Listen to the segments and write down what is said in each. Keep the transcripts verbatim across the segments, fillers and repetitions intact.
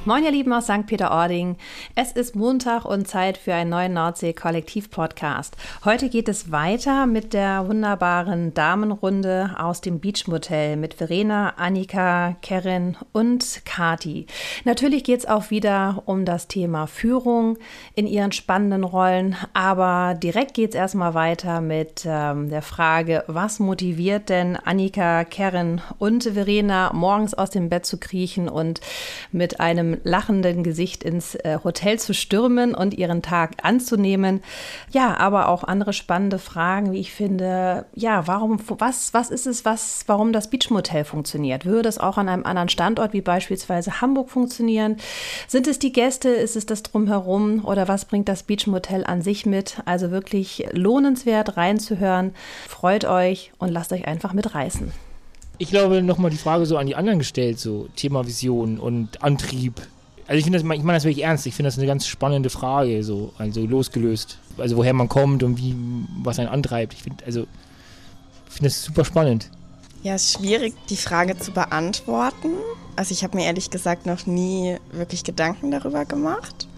Moin ihr Lieben aus Sankt Peter-Ording. Es ist Montag und Zeit für einen neuen Nordsee-Kollektiv-Podcast. Heute geht es weiter mit der wunderbaren Damenrunde aus dem Beach Motel mit Verena, Annika, Kerin und Kati. Natürlich geht es auch wieder um das Thema Führung in ihren spannenden Rollen, aber direkt geht es erstmal weiter mit ähm, der Frage, was motiviert denn Annika, Kerin und Verena morgens aus dem Bett zu kriechen und mit einem lachenden Gesicht ins äh, Hotel zu stürmen und ihren Tag anzunehmen. Ja, aber auch andere spannende Fragen, wie ich finde, ja, warum, was, was ist es, was, warum das Beach Motel funktioniert? Würde es auch an einem anderen Standort wie beispielsweise Hamburg funktionieren? Sind es die Gäste? Ist es das Drumherum? Oder was bringt das Beach Motel an sich mit? Also wirklich lohnenswert reinzuhören. Freut euch und lasst euch einfach mitreißen. Ich glaube, nochmal die Frage so an die anderen gestellt, so Thema Vision und Antrieb. Also ich finde das, ich meine das wirklich ernst, ich finde das eine ganz spannende Frage, so, also losgelöst. Also woher man kommt und wie, was einen antreibt. Ich finde, also, ich finde das super spannend. Ja, es ist schwierig, die Frage zu beantworten. Also ich habe mir ehrlich gesagt noch nie wirklich Gedanken darüber gemacht.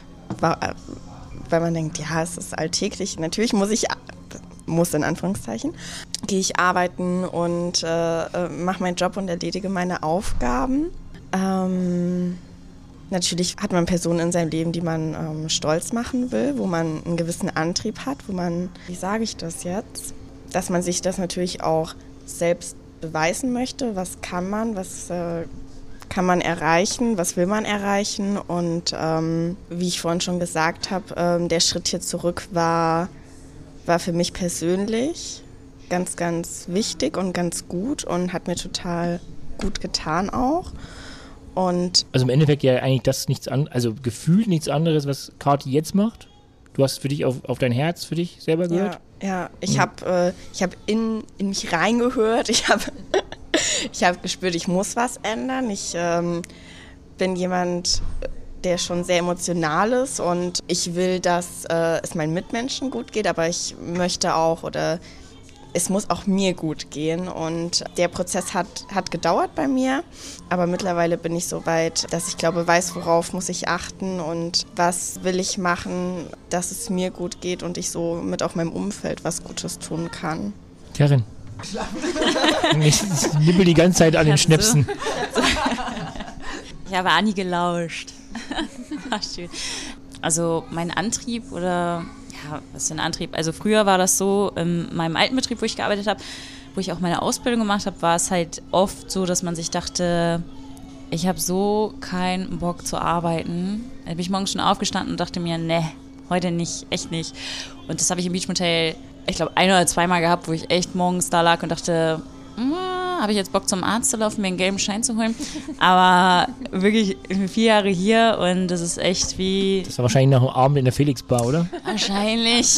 Weil man denkt, ja, es ist alltäglich. Natürlich muss ich... muss in Anführungszeichen, gehe ich arbeiten und äh, mache meinen Job und erledige meine Aufgaben. Ähm, natürlich hat man Personen in seinem Leben, die man ähm, stolz machen will, wo man einen gewissen Antrieb hat, wo man, wie sage ich das jetzt, dass man sich das natürlich auch selbst beweisen möchte, was kann man, was äh, kann man erreichen, was will man erreichen und ähm, wie ich vorhin schon gesagt habe, ähm, der Schritt hier zurück war war für mich persönlich ganz, ganz wichtig und ganz gut und hat mir total gut getan auch. Und also im Endeffekt ja eigentlich das nichts anderes, also gefühlt nichts anderes, was Kati jetzt macht. Du hast für dich auf, auf dein Herz für dich selber gehört? Ja, ja. ich mhm. habe äh, ich hab in, in mich reingehört. Ich habe ich hab gespürt, ich muss was ändern. Ich ähm, bin jemand... der schon sehr emotional ist und ich will, dass äh, es meinen Mitmenschen gut geht, aber ich möchte auch oder es muss auch mir gut gehen und der Prozess hat, hat gedauert bei mir, aber mittlerweile bin ich so weit, dass ich glaube, weiß, worauf muss ich achten und was will ich machen, dass es mir gut geht und ich so mit auch meinem Umfeld was Gutes tun kann. Kerin. Ich nibbel die ganze Zeit an den Schnäpsen. Ich habe Anni gelauscht. Ach, schön. Also mein Antrieb oder, ja, was ist denn Antrieb? Also früher war das so, in meinem alten Betrieb, wo ich gearbeitet habe, wo ich auch meine Ausbildung gemacht habe, war es halt oft so, dass man sich dachte, ich habe so keinen Bock zu arbeiten. Da bin ich morgens schon aufgestanden und dachte mir, ne, heute nicht, echt nicht. Und das habe ich im Beach Motel, ich glaube, ein oder zweimal gehabt, wo ich echt morgens da lag und dachte, habe ich jetzt Bock zum Arzt zu laufen, mir einen gelben Schein zu holen. Aber wirklich vier Jahre hier und das ist echt wie... Das war wahrscheinlich nach dem Abend in der Felix-Bar, oder? Wahrscheinlich.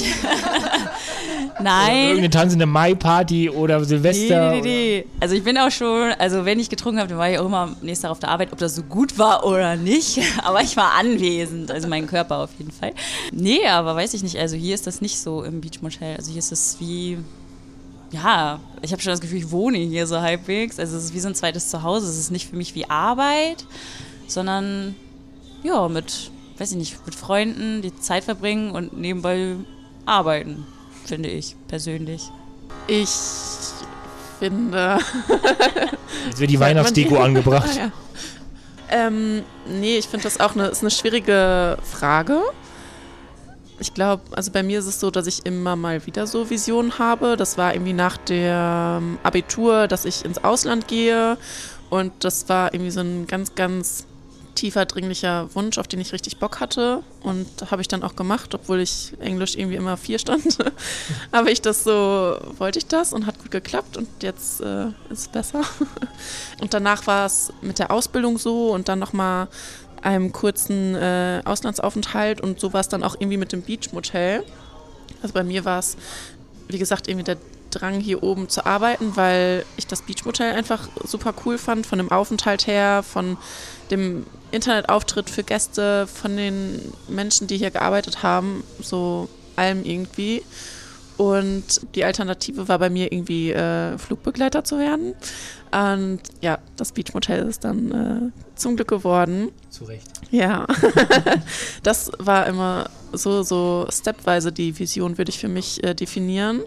Nein. Oder irgendeine tanzende Mai-Party oder Silvester. Nee, nee, nee, nee. Also ich bin auch schon, also wenn ich getrunken habe, dann war ich auch immer nächsten Tag auf der Arbeit, ob das so gut war oder nicht. Aber ich war anwesend, also mein Körper auf jeden Fall. Nee, aber weiß ich nicht, also hier ist das nicht so im Beach Motel. Also hier ist es wie... Ja, ich habe schon das Gefühl, ich wohne hier so halbwegs. Also es ist wie so ein zweites Zuhause. Es ist nicht für mich wie Arbeit, sondern ja, mit, weiß ich nicht, mit Freunden die Zeit verbringen und nebenbei arbeiten, finde ich persönlich. Ich finde... Jetzt wird die Weihnachtsdeko angebracht. Ja. Ähm, nee, ich finde das auch eine, ist eine schwierige Frage. Ich glaube, also bei mir ist es so, dass ich immer mal wieder so Visionen habe. Das war irgendwie nach dem Abitur, dass ich ins Ausland gehe. Und das war irgendwie so ein ganz, ganz tiefer, dringlicher Wunsch, auf den ich richtig Bock hatte. Und habe ich dann auch gemacht, obwohl ich Englisch irgendwie immer vier stand. Aber ich das so, wollte ich das und hat gut geklappt und jetzt äh, ist es besser. Und danach war es mit der Ausbildung so und dann nochmal einem kurzen äh, Auslandsaufenthalt und so war es dann auch irgendwie mit dem Beach Motel. Also bei mir war es, wie gesagt, irgendwie der Drang hier oben zu arbeiten, weil ich das Beach Motel einfach super cool fand, von dem Aufenthalt her, von dem Internetauftritt für Gäste, von den Menschen, die hier gearbeitet haben, so allem irgendwie. Und die Alternative war bei mir irgendwie äh, Flugbegleiter zu werden. Und ja, das Beach Motel ist dann äh, zum Glück geworden. Zu Recht. Ja, das war immer so, so stepweise die Vision, würde ich für mich äh, definieren.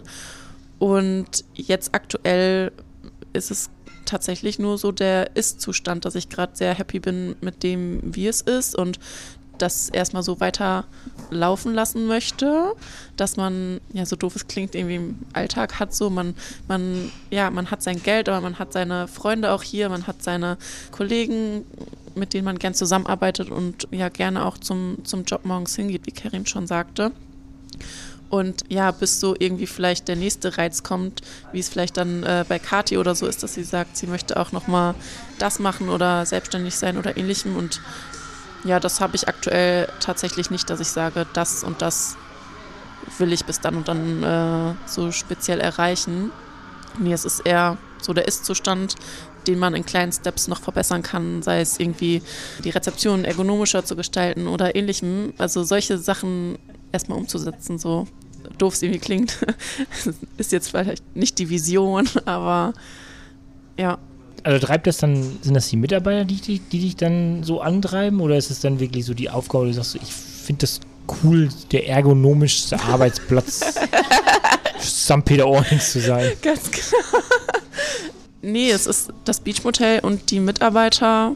Und jetzt aktuell ist es tatsächlich nur so der Ist-Zustand, dass ich gerade sehr happy bin mit dem, wie es ist und das erstmal so weiter laufen lassen möchte, dass man, ja, so doof es klingt, irgendwie im Alltag hat so, man, man, ja, man hat sein Geld, aber man hat seine Freunde auch hier, man hat seine Kollegen, mit denen man gern zusammenarbeitet und ja gerne auch zum, zum Job morgens hingeht, wie Kerim schon sagte. Und ja, bis so irgendwie vielleicht der nächste Reiz kommt, wie es vielleicht dann äh, bei Kathi oder so ist, dass sie sagt, sie möchte auch nochmal das machen oder selbstständig sein oder ähnlichem. Und ja, das habe ich aktuell tatsächlich nicht, dass ich sage, das und das will ich bis dann und dann äh, so speziell erreichen. Nee, es ist eher so der Ist-Zustand, den man in kleinen Steps noch verbessern kann, sei es irgendwie die Rezeption ergonomischer zu gestalten oder ähnlichem. Also solche Sachen erstmal umzusetzen, so doof es irgendwie klingt, ist jetzt vielleicht nicht die Vision, aber ja. Also treibt das dann, sind das die Mitarbeiter, die, die, die dich dann so antreiben oder ist es dann wirklich so die Aufgabe, du sagst, ich finde das cool, der ergonomischste Arbeitsplatz Sankt Peter-Ordings zu sein? Ganz genau. Nee, es ist das Beach Motel und die Mitarbeiter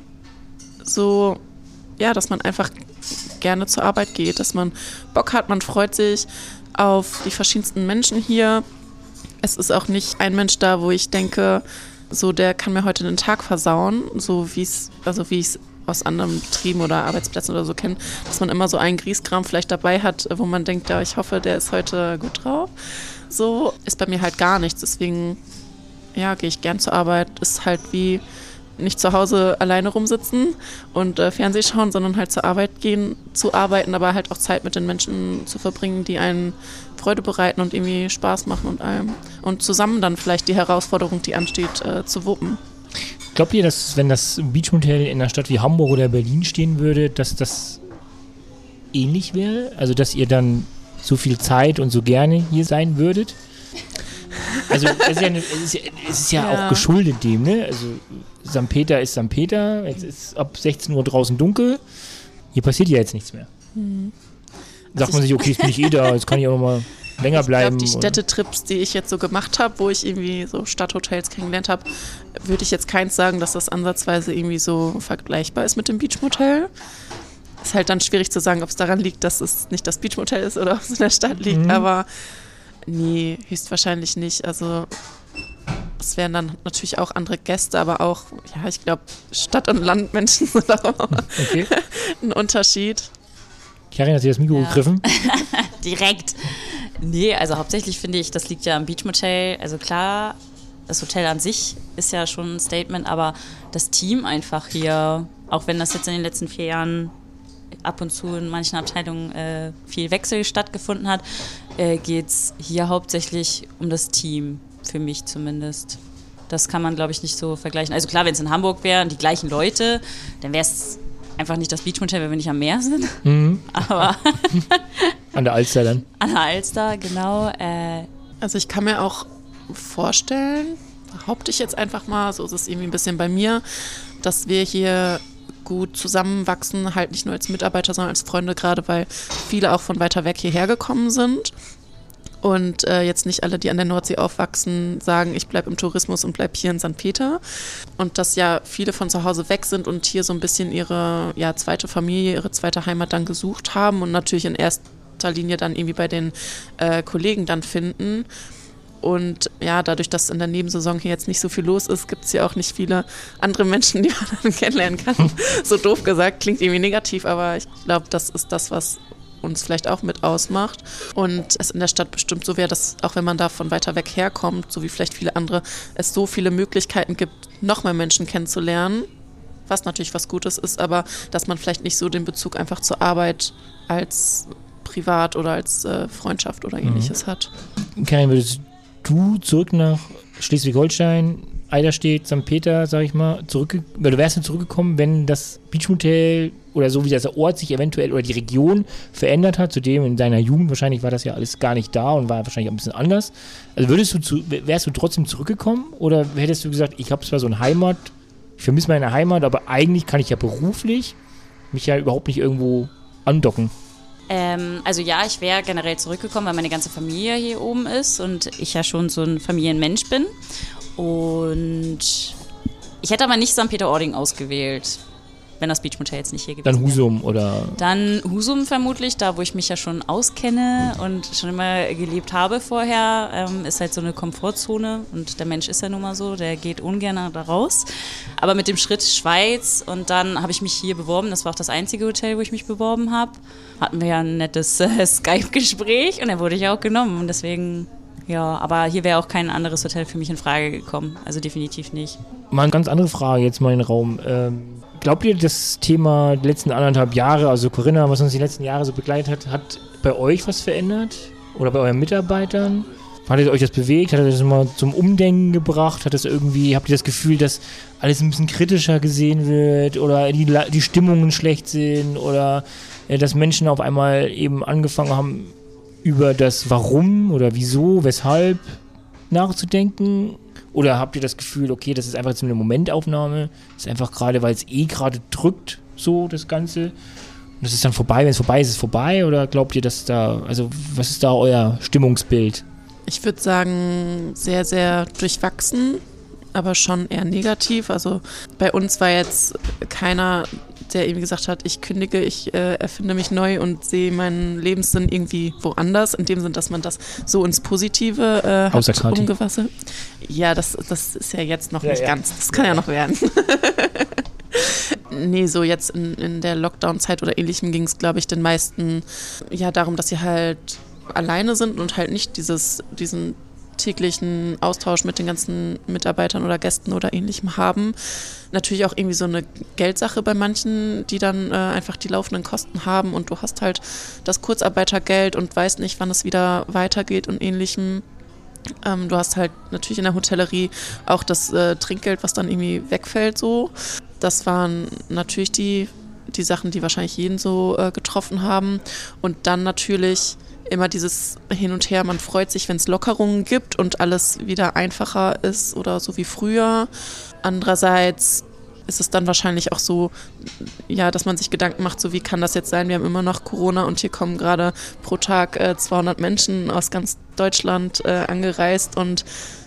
so, ja, dass man einfach gerne zur Arbeit geht, dass man Bock hat, man freut sich auf die verschiedensten Menschen hier. Es ist auch nicht ein Mensch da, wo ich denke, so der kann mir heute den Tag versauen, so wie es, also wie ich es aus anderen Betrieben oder Arbeitsplätzen oder so kenne, dass man immer so einen Grieskram vielleicht dabei hat, wo man denkt, ja, ich hoffe, der ist heute gut drauf. So ist bei mir halt gar nichts, deswegen ja, gehe ich gern zur Arbeit, ist halt wie nicht zu Hause alleine rumsitzen und äh, Fernseh schauen, sondern halt zur Arbeit gehen, zu arbeiten, aber halt auch Zeit mit den Menschen zu verbringen, die einen Freude bereiten und irgendwie Spaß machen und allem. Und zusammen dann vielleicht die Herausforderung, die ansteht, äh, zu wuppen. Glaubt ihr, dass wenn das Beach Motel in einer Stadt wie Hamburg oder Berlin stehen würde, dass das ähnlich wäre? Also dass ihr dann so viel Zeit und so gerne hier sein würdet? Also es ist ja, eine, es ist ja, es ist ja, ja auch geschuldet dem, ne? Also Sankt Peter ist Sankt Peter, jetzt ist ab sechzehn Uhr draußen dunkel, hier passiert ja jetzt nichts mehr. Mhm. Sagt also man sich, okay, jetzt bin ich eh da, jetzt kann ich auch noch mal länger ich bleiben. Ich glaube, die Städtetrips, die ich jetzt so gemacht habe, wo ich irgendwie so Stadthotels kennengelernt habe, würde ich jetzt keins sagen, dass das ansatzweise irgendwie so vergleichbar ist mit dem Beach Motel. Ist halt dann schwierig zu sagen, ob es daran liegt, dass es nicht das Beach Motel ist oder ob es in der Stadt liegt, mhm. aber nee, höchstwahrscheinlich nicht. Also es wären dann natürlich auch andere Gäste, aber auch, ja, ich glaube, Stadt- und Landmenschen sind auch okay. ein Unterschied. Karin, hat sie das Mikro ja. gegriffen? Direkt. Nee, also hauptsächlich finde ich, das liegt ja am Beach Motel. Also klar, das Hotel an sich ist ja schon ein Statement, aber das Team einfach hier, auch wenn das jetzt in den letzten vier Jahren ab und zu in manchen Abteilungen äh, viel Wechsel stattgefunden hat, äh, geht es hier hauptsächlich um das Team, für mich zumindest. Das kann man, glaube ich, nicht so vergleichen. Also klar, wenn es in Hamburg wären, die gleichen Leute, dann wäre es einfach nicht das Beach Motel, wenn wir nicht am Meer sind. Mhm. Aber an der Alster dann. An der Alster, genau. Äh, also ich kann mir auch vorstellen, behaupte ich jetzt einfach mal, so ist es irgendwie ein bisschen bei mir, dass wir hier gut zusammenwachsen, halt nicht nur als Mitarbeiter, sondern als Freunde, gerade weil viele auch von weiter weg hierher gekommen sind. Und äh, jetzt nicht alle, die an der Nordsee aufwachsen, sagen, ich bleibe im Tourismus und bleibe hier in Sankt Peter. Und dass ja viele von zu Hause weg sind und hier so ein bisschen ihre ja, zweite Familie, ihre zweite Heimat dann gesucht haben und natürlich in erster Linie dann irgendwie bei den äh, Kollegen dann finden. Und ja, dadurch, dass in der Nebensaison hier jetzt nicht so viel los ist, gibt es ja auch nicht viele andere Menschen, die man dann kennenlernen kann. So doof gesagt, klingt irgendwie negativ, aber ich glaube, das ist das, was uns vielleicht auch mit ausmacht. Und es in der Stadt bestimmt so wäre, dass auch wenn man da von weiter weg herkommt, so wie vielleicht viele andere, es so viele Möglichkeiten gibt, noch mehr Menschen kennenzulernen, was natürlich was Gutes ist, aber dass man vielleicht nicht so den Bezug einfach zur Arbeit als privat oder als äh, Freundschaft oder ähnliches mhm. hat. Karin, würdest du zurück nach Schleswig-Holstein, Eiderstedt, Sankt Peter, sag ich mal, zurück, oder du wärst du zurückgekommen, wenn das Beach Motel oder so wie der Ort sich eventuell oder die Region verändert hat, zudem in deiner Jugend wahrscheinlich war das ja alles gar nicht da und war wahrscheinlich auch ein bisschen anders. Also würdest du zu, wärst du trotzdem zurückgekommen oder hättest du gesagt, ich habe zwar so eine Heimat, ich vermisse meine Heimat, aber eigentlich kann ich ja beruflich mich ja überhaupt nicht irgendwo andocken? Ähm, also ja, ich wäre generell zurückgekommen, weil meine ganze Familie hier oben ist und ich ja schon so ein Familienmensch bin. Und ich hätte aber nicht Sankt Peter-Ording ausgewählt, wenn das Beachmotel jetzt nicht hier gewesen wäre. Dann Husum oder? Dann Husum vermutlich, da wo ich mich ja schon auskenne und schon immer gelebt habe vorher, ähm, ist halt so eine Komfortzone und der Mensch ist ja nun mal so, der geht ungern da raus. Aber mit dem Schritt Schweiz und dann habe ich mich hier beworben, das war auch das einzige Hotel, wo ich mich beworben habe. Hatten wir ja ein nettes äh, Skype-Gespräch und da wurde ich auch genommen und deswegen... Ja, aber hier wäre auch kein anderes Hotel für mich in Frage gekommen. Also definitiv nicht. Mal eine ganz andere Frage jetzt mal in den Raum. Ähm, glaubt ihr, das Thema die letzten anderthalb Jahre, also Corinna, was uns die letzten Jahre so begleitet hat, hat bei euch was verändert? Oder bei euren Mitarbeitern? Hat euch das bewegt? Hat das mal zum Umdenken gebracht? Hat das irgendwie, habt ihr das Gefühl, dass alles ein bisschen kritischer gesehen wird? Oder die, die Stimmungen schlecht sind? Oder äh, dass Menschen auf einmal eben angefangen haben, über das Warum oder Wieso, Weshalb nachzudenken? Oder habt ihr das Gefühl, okay, das ist einfach so eine Momentaufnahme, das ist einfach gerade, weil es eh gerade drückt, so das Ganze, und das ist dann vorbei, wenn es vorbei ist, ist es vorbei? Oder glaubt ihr, dass da, also was ist da euer Stimmungsbild? Ich würde sagen, sehr, sehr durchwachsen, aber schon eher negativ. Also bei uns war jetzt keiner, der irgendwie gesagt hat, ich kündige, ich äh, erfinde mich neu und sehe meinen Lebenssinn irgendwie woanders, in dem Sinn, dass man das so ins Positive äh, hat umgewandelt. Ja, das, das ist ja jetzt noch ja, nicht ja. ganz, das kann ja, ja noch werden. Nee, so jetzt in, in der Lockdown-Zeit oder ähnlichem ging es, glaube ich, den meisten ja darum, dass sie halt alleine sind und halt nicht dieses, diesen täglichen Austausch mit den ganzen Mitarbeitern oder Gästen oder ähnlichem haben. Natürlich auch irgendwie so eine Geldsache bei manchen, die dann äh, einfach die laufenden Kosten haben und du hast halt das Kurzarbeitergeld und weißt nicht, wann es wieder weitergeht und ähnlichem. Ähm, du hast halt natürlich in der Hotellerie auch das äh, Trinkgeld, was dann irgendwie wegfällt so. Das waren natürlich die, die Sachen, die wahrscheinlich jeden so äh, getroffen haben. Und dann natürlich immer dieses Hin und Her, man freut sich, wenn es Lockerungen gibt und alles wieder einfacher ist oder so wie früher. Andererseits ist es dann wahrscheinlich auch so, ja, dass man sich Gedanken macht, so wie kann das jetzt sein, wir haben immer noch Corona und hier kommen gerade pro Tag äh, zweihundert Menschen aus ganz Deutschland äh, angereist und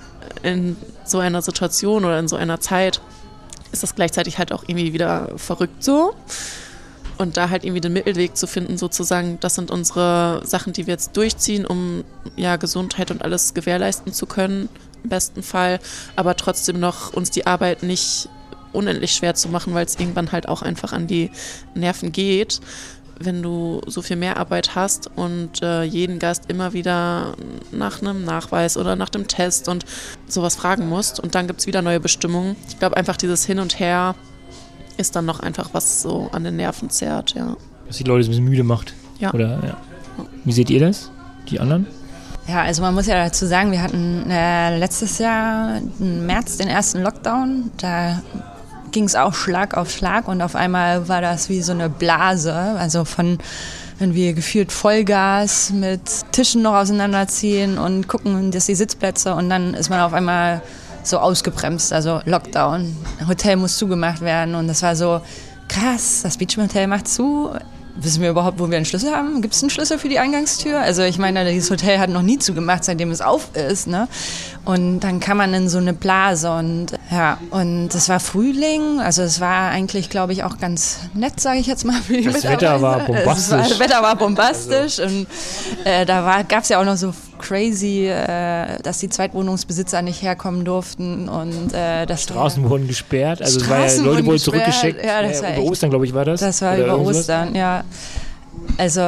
in so einer Situation oder in so einer Zeit ist das gleichzeitig halt auch irgendwie wieder verrückt so. Und da halt irgendwie den Mittelweg zu finden, sozusagen, das sind unsere Sachen, die wir jetzt durchziehen, um ja Gesundheit und alles gewährleisten zu können, im besten Fall, aber trotzdem noch uns die Arbeit nicht unendlich schwer zu machen, weil es irgendwann halt auch einfach an die Nerven geht, wenn du so viel Mehrarbeit hast und äh, jeden Gast immer wieder nach einem Nachweis oder nach dem Test und sowas fragen musst und dann gibt es wieder neue Bestimmungen. Ich glaube einfach dieses Hin und Her ist dann noch einfach was so an den Nerven zerrt, ja. Was die Leute so ein bisschen müde macht. Ja. Oder, ja. Wie seht ihr das, die anderen? Ja, also man muss ja dazu sagen, wir hatten äh, letztes Jahr im März den ersten Lockdown. Da ging es auch Schlag auf Schlag und auf einmal war das wie so eine Blase, also von irgendwie gefühlt Vollgas mit Tischen noch auseinanderziehen und gucken, dass die Sitzplätze und dann ist man auf einmal so ausgebremst, also Lockdown, Hotel muss zugemacht werden und das war so krass, das Beachmotel macht zu. Wissen wir überhaupt, wo wir einen Schlüssel haben? Gibt es einen Schlüssel für die Eingangstür? Also ich meine, dieses Hotel hat noch nie zugemacht, seitdem es auf ist, ne? Und dann kam man in so eine Blase und ja, und es war Frühling, also es war eigentlich, glaube ich, auch ganz nett, sage ich jetzt mal. Für die das Wetter war bombastisch. War, das Wetter war bombastisch also. Und äh, da gab es ja auch noch so crazy, äh, dass die Zweitwohnungsbesitzer nicht herkommen durften und äh, das Straßen war, wurden gesperrt, also es war ja, Leute wurden zurückgeschickt. Ja, das äh, war über echt, Ostern, glaube ich, war das. Das war Oder über irgendwas? Ostern, ja. Also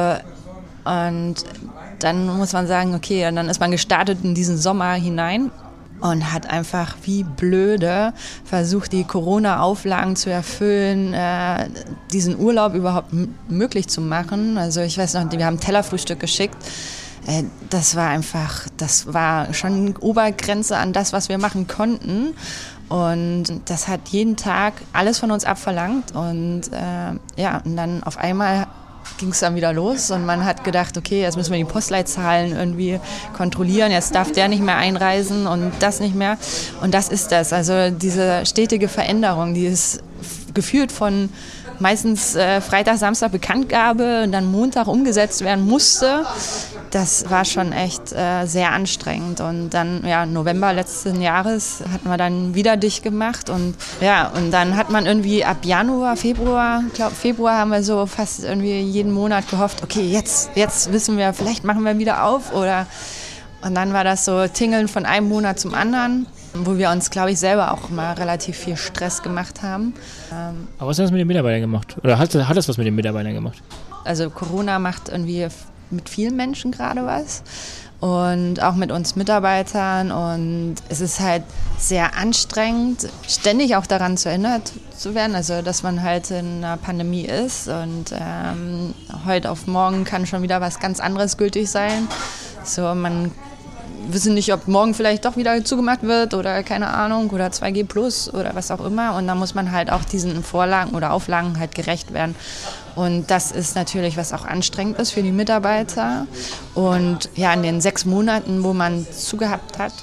und dann muss man sagen, okay, und dann ist man gestartet in diesen Sommer hinein und hat einfach wie blöde versucht, die Corona-Auflagen zu erfüllen, äh, diesen Urlaub überhaupt m- möglich zu machen. Also ich weiß noch, wir haben Tellerfrühstück geschickt. Äh, das war einfach, das war schon Obergrenze an das, was wir machen konnten. Und das hat jeden Tag alles von uns abverlangt. Und äh, ja, und dann auf einmal ging es dann wieder los und man hat gedacht, okay, jetzt müssen wir die Postleitzahlen irgendwie kontrollieren, jetzt darf der nicht mehr einreisen und das nicht mehr. Und das ist das, also diese stetige Veränderung, die ist geführt von meistens äh, Freitag, Samstag Bekanntgabe und dann Montag umgesetzt werden musste. Das war schon echt äh, sehr anstrengend. Und dann, ja, November letzten Jahres hatten wir dann wieder dicht gemacht. Und ja, und dann hat man irgendwie ab Januar, Februar, ich glaube Februar haben wir so fast irgendwie jeden Monat gehofft, okay, jetzt, jetzt wissen wir, vielleicht machen wir wieder auf. Oder und dann war das so Tingeln von einem Monat zum anderen, wo wir uns, glaube ich, selber auch mal relativ viel Stress gemacht haben. Ähm, Aber was hat das mit den Mitarbeitern gemacht? Oder hat, hat das was mit den Mitarbeitern gemacht? Also Corona macht irgendwie mit vielen Menschen gerade was und auch mit uns Mitarbeitern und es ist halt sehr anstrengend, ständig auch daran zu erinnert zu werden, also dass man halt in einer Pandemie ist und ähm, heute auf morgen kann schon wieder was ganz anderes gültig sein. So, man wissen nicht, ob morgen vielleicht doch wieder zugemacht wird oder keine Ahnung oder zwei G plus oder was auch immer und da muss man halt auch diesen Vorlagen oder Auflagen halt gerecht werden. Und das ist natürlich, was auch anstrengend ist für die Mitarbeiter. Und ja, in den sechs Monaten, wo man zugehabt hat,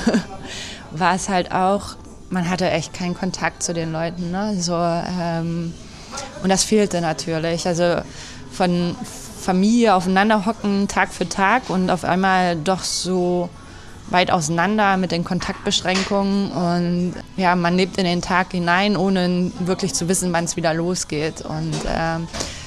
war es halt auch, man hatte echt keinen Kontakt zu den Leuten. Ne? So, ähm, und das fehlte natürlich. Also von Familie aufeinander hocken Tag für Tag und auf einmal doch so weit auseinander mit den Kontaktbeschränkungen und ja, man lebt in den Tag hinein, ohne wirklich zu wissen, wann es wieder losgeht. Und ähm,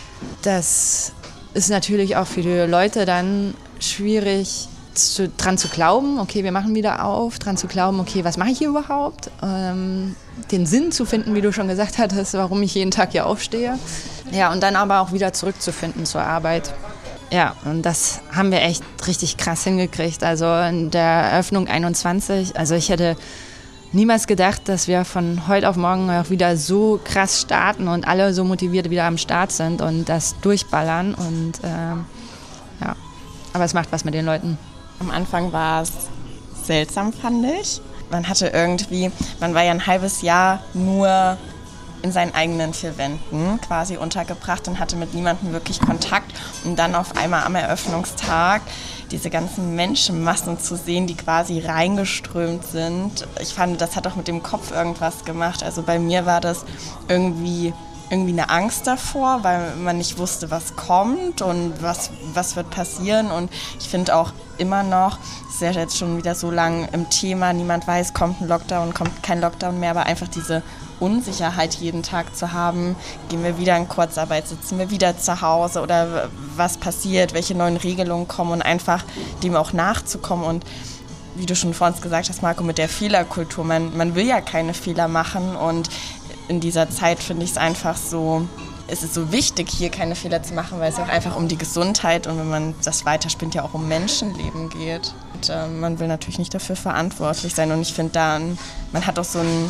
das ist natürlich auch für die Leute dann schwierig, zu, dran zu glauben, okay, wir machen wieder auf, dran zu glauben, okay, was mache ich hier überhaupt? Ähm, den Sinn zu finden, wie du schon gesagt hattest, warum ich jeden Tag hier aufstehe. Ja, und dann aber auch wieder zurückzufinden zur Arbeit. Ja, und das haben wir echt richtig krass hingekriegt. Also in der Eröffnung einundzwanzig, also ich hätte niemals gedacht, dass wir von heute auf morgen auch wieder so krass starten und alle so motiviert wieder am Start sind und das durchballern. Und ähm, ja, aber es macht was mit den Leuten. Am Anfang war es seltsam, fand ich. Man hatte irgendwie, man war ja ein halbes Jahr nur in seinen eigenen vier Wänden quasi untergebracht und hatte mit niemandem wirklich Kontakt. Und dann auf einmal am Eröffnungstag diese ganzen Menschenmassen zu sehen, die quasi reingeströmt sind. Ich fand, das hat auch mit dem Kopf irgendwas gemacht. Also bei mir war das irgendwie, irgendwie eine Angst davor, weil man nicht wusste, was kommt und was, was wird passieren. Und ich finde auch immer noch, es ist ja jetzt schon wieder so lange im Thema, niemand weiß, kommt ein Lockdown, kommt kein Lockdown mehr, aber einfach diese Unsicherheit jeden Tag zu haben, gehen wir wieder in Kurzarbeit, sitzen wir wieder zu Hause oder was passiert, welche neuen Regelungen kommen und einfach dem auch nachzukommen und wie du schon vor uns gesagt hast, Marco, mit der Fehlerkultur, man, man will ja keine Fehler machen und in dieser Zeit finde ich es einfach so, es ist so wichtig, hier keine Fehler zu machen, weil es auch einfach um die Gesundheit und wenn man das weiterspinnt, ja auch um Menschenleben geht. Und, äh, man will natürlich nicht dafür verantwortlich sein und ich finde dann, man hat auch so ein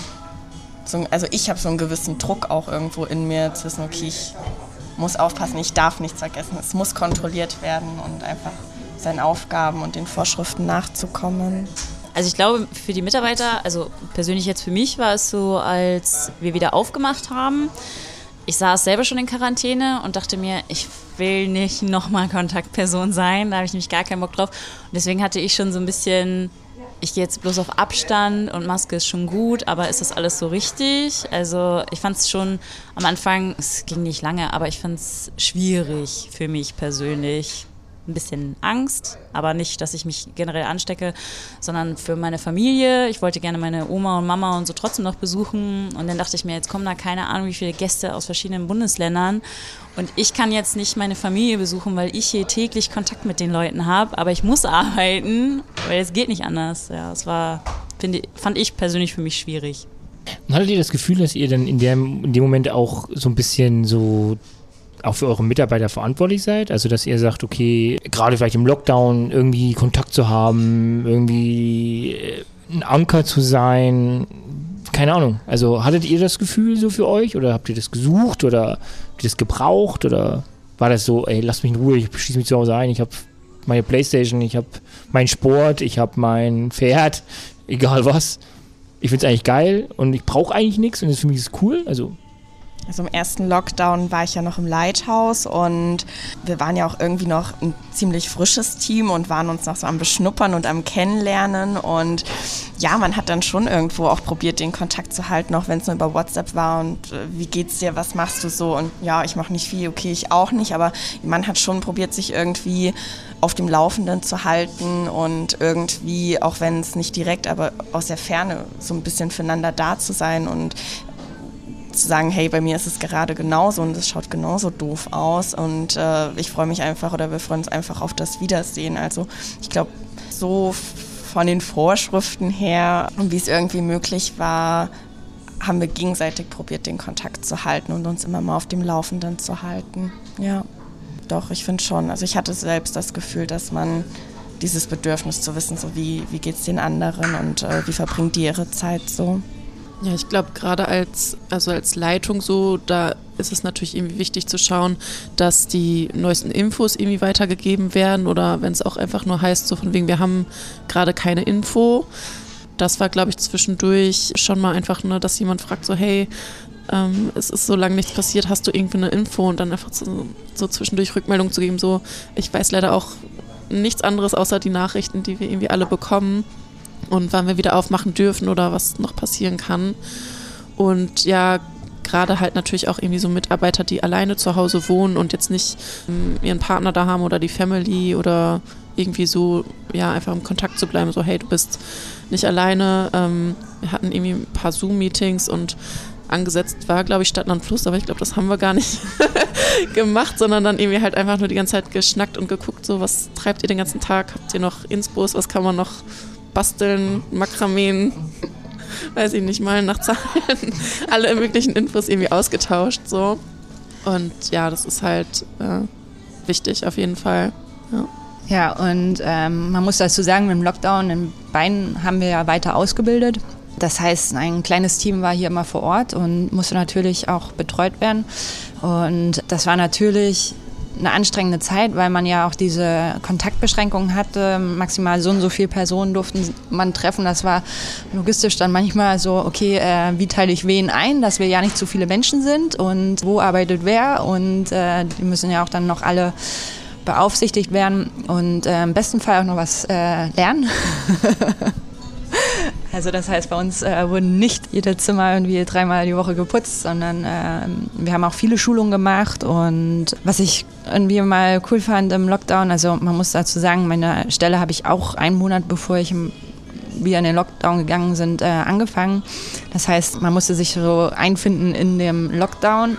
So, also ich habe so einen gewissen Druck auch irgendwo in mir, zu wissen, okay, ich muss aufpassen, ich darf nichts vergessen, es muss kontrolliert werden und einfach seinen Aufgaben und den Vorschriften nachzukommen. Also ich glaube, für die Mitarbeiter, also persönlich jetzt für mich, war es so, als wir wieder aufgemacht haben, ich saß selber schon in Quarantäne und dachte mir, ich will nicht nochmal Kontaktperson sein, da habe ich nämlich gar keinen Bock drauf. Und deswegen hatte ich schon so ein bisschen, ich gehe jetzt bloß auf Abstand und Maske ist schon gut, aber ist das alles so richtig? Also ich fand es schon am Anfang, es ging nicht lange, aber ich fand es schwierig für mich persönlich. Ein bisschen Angst, aber nicht, dass ich mich generell anstecke, sondern für meine Familie. Ich wollte gerne meine Oma und Mama und so trotzdem noch besuchen und dann dachte ich mir, jetzt kommen da keine Ahnung, wie viele Gäste aus verschiedenen Bundesländern und ich kann jetzt nicht meine Familie besuchen, weil ich hier täglich Kontakt mit den Leuten habe, aber ich muss arbeiten, weil es geht nicht anders. Ja, es war, finde, fand ich persönlich für mich schwierig. Und hattet ihr das Gefühl, dass ihr dann in dem, in dem Moment auch so ein bisschen so auch für eure Mitarbeiter verantwortlich seid? Also, dass ihr sagt, okay, gerade vielleicht im Lockdown irgendwie Kontakt zu haben, irgendwie ein Anker zu sein, keine Ahnung. Also, hattet ihr das Gefühl so für euch oder habt ihr das gesucht oder habt ihr das gebraucht oder war das so, ey, lasst mich in Ruhe, ich schließe mich zu Hause ein, ich habe meine Playstation, ich habe meinen Sport, ich habe mein Pferd, egal was. ich finde es eigentlich geil und ich brauche eigentlich nichts und das für mich ist cool. Also Also im ersten Lockdown war ich ja noch im Lighthouse und wir waren ja auch irgendwie noch ein ziemlich frisches Team und waren uns noch so am Beschnuppern und am Kennenlernen und ja, man hat dann schon irgendwo auch probiert, den Kontakt zu halten, auch wenn es nur über WhatsApp war und äh, wie geht's dir, was machst du so und ja, ich mache nicht viel, okay, ich auch nicht, aber man hat schon probiert, sich irgendwie auf dem Laufenden zu halten und irgendwie, auch wenn es nicht direkt, aber aus der Ferne so ein bisschen füreinander da zu sein und zu sagen, hey, bei mir ist es gerade genauso und es schaut genauso doof aus und äh, ich freue mich einfach oder wir freuen uns einfach auf das Wiedersehen. Also ich glaube, so von den Vorschriften her und wie es irgendwie möglich war, haben wir gegenseitig probiert, den Kontakt zu halten und uns immer mal auf dem Laufenden zu halten. Ja, doch, ich finde schon. Also ich hatte selbst das Gefühl, dass man dieses Bedürfnis zu wissen, so wie, wie geht es den anderen und äh, wie verbringt die ihre Zeit so. Ja, ich glaube, gerade als, also als Leitung so, da ist es natürlich irgendwie wichtig zu schauen, dass die neuesten Infos irgendwie weitergegeben werden oder wenn es auch einfach nur heißt, so von wegen, wir haben gerade keine Info. Das war, glaube ich, zwischendurch schon mal einfach, ne, dass jemand fragt so, hey, ähm, es ist so lange nichts passiert, hast du irgendwie eine Info? Und dann einfach so, so zwischendurch Rückmeldung zu geben, so, ich weiß leider auch nichts anderes außer die Nachrichten, die wir irgendwie alle bekommen. Und wann wir wieder aufmachen dürfen oder was noch passieren kann. Und ja, gerade halt natürlich auch irgendwie so Mitarbeiter, die alleine zu Hause wohnen und jetzt nicht ähm, ihren Partner da haben oder die Family oder irgendwie so, ja, einfach im Kontakt zu bleiben, so hey, du bist nicht alleine. Ähm, wir hatten irgendwie ein paar Zoom-Meetings und angesetzt war, glaube ich, Stadtland Fluss, aber ich glaube, das haben wir gar nicht gemacht, sondern dann irgendwie halt einfach nur die ganze Zeit geschnackt und geguckt, so was treibt ihr den ganzen Tag? Habt ihr noch Inspos? Was kann man noch basteln, Makrameen, weiß ich nicht, mal nach Zahlen, alle möglichen Infos irgendwie ausgetauscht, so. Und ja, das ist halt äh, wichtig auf jeden Fall, ja. Ja, und ähm, man muss dazu sagen, mit dem Lockdown in Beinen haben wir ja weiter ausgebildet. Das heißt, ein kleines Team war hier immer vor Ort und musste natürlich auch betreut werden. Und das war natürlich eine anstrengende Zeit, weil man ja auch diese Kontaktbeschränkungen hatte. Maximal so und so viele Personen durften man treffen. Das war logistisch dann manchmal so, okay, äh, wie teile ich wen ein, dass wir ja nicht zu viele Menschen sind und wo arbeitet wer und äh, die müssen ja auch dann noch alle beaufsichtigt werden und äh, im besten Fall auch noch was äh, lernen. Also das heißt, bei uns äh, wurden nicht jede Zimmer irgendwie dreimal die Woche geputzt, sondern äh, wir haben auch viele Schulungen gemacht und was ich irgendwie mal cool fand im Lockdown, also man muss dazu sagen, meine Stelle habe ich auch einen Monat, bevor ich im, wir in den Lockdown gegangen sind, äh, angefangen. Das heißt, man musste sich so einfinden in dem Lockdown.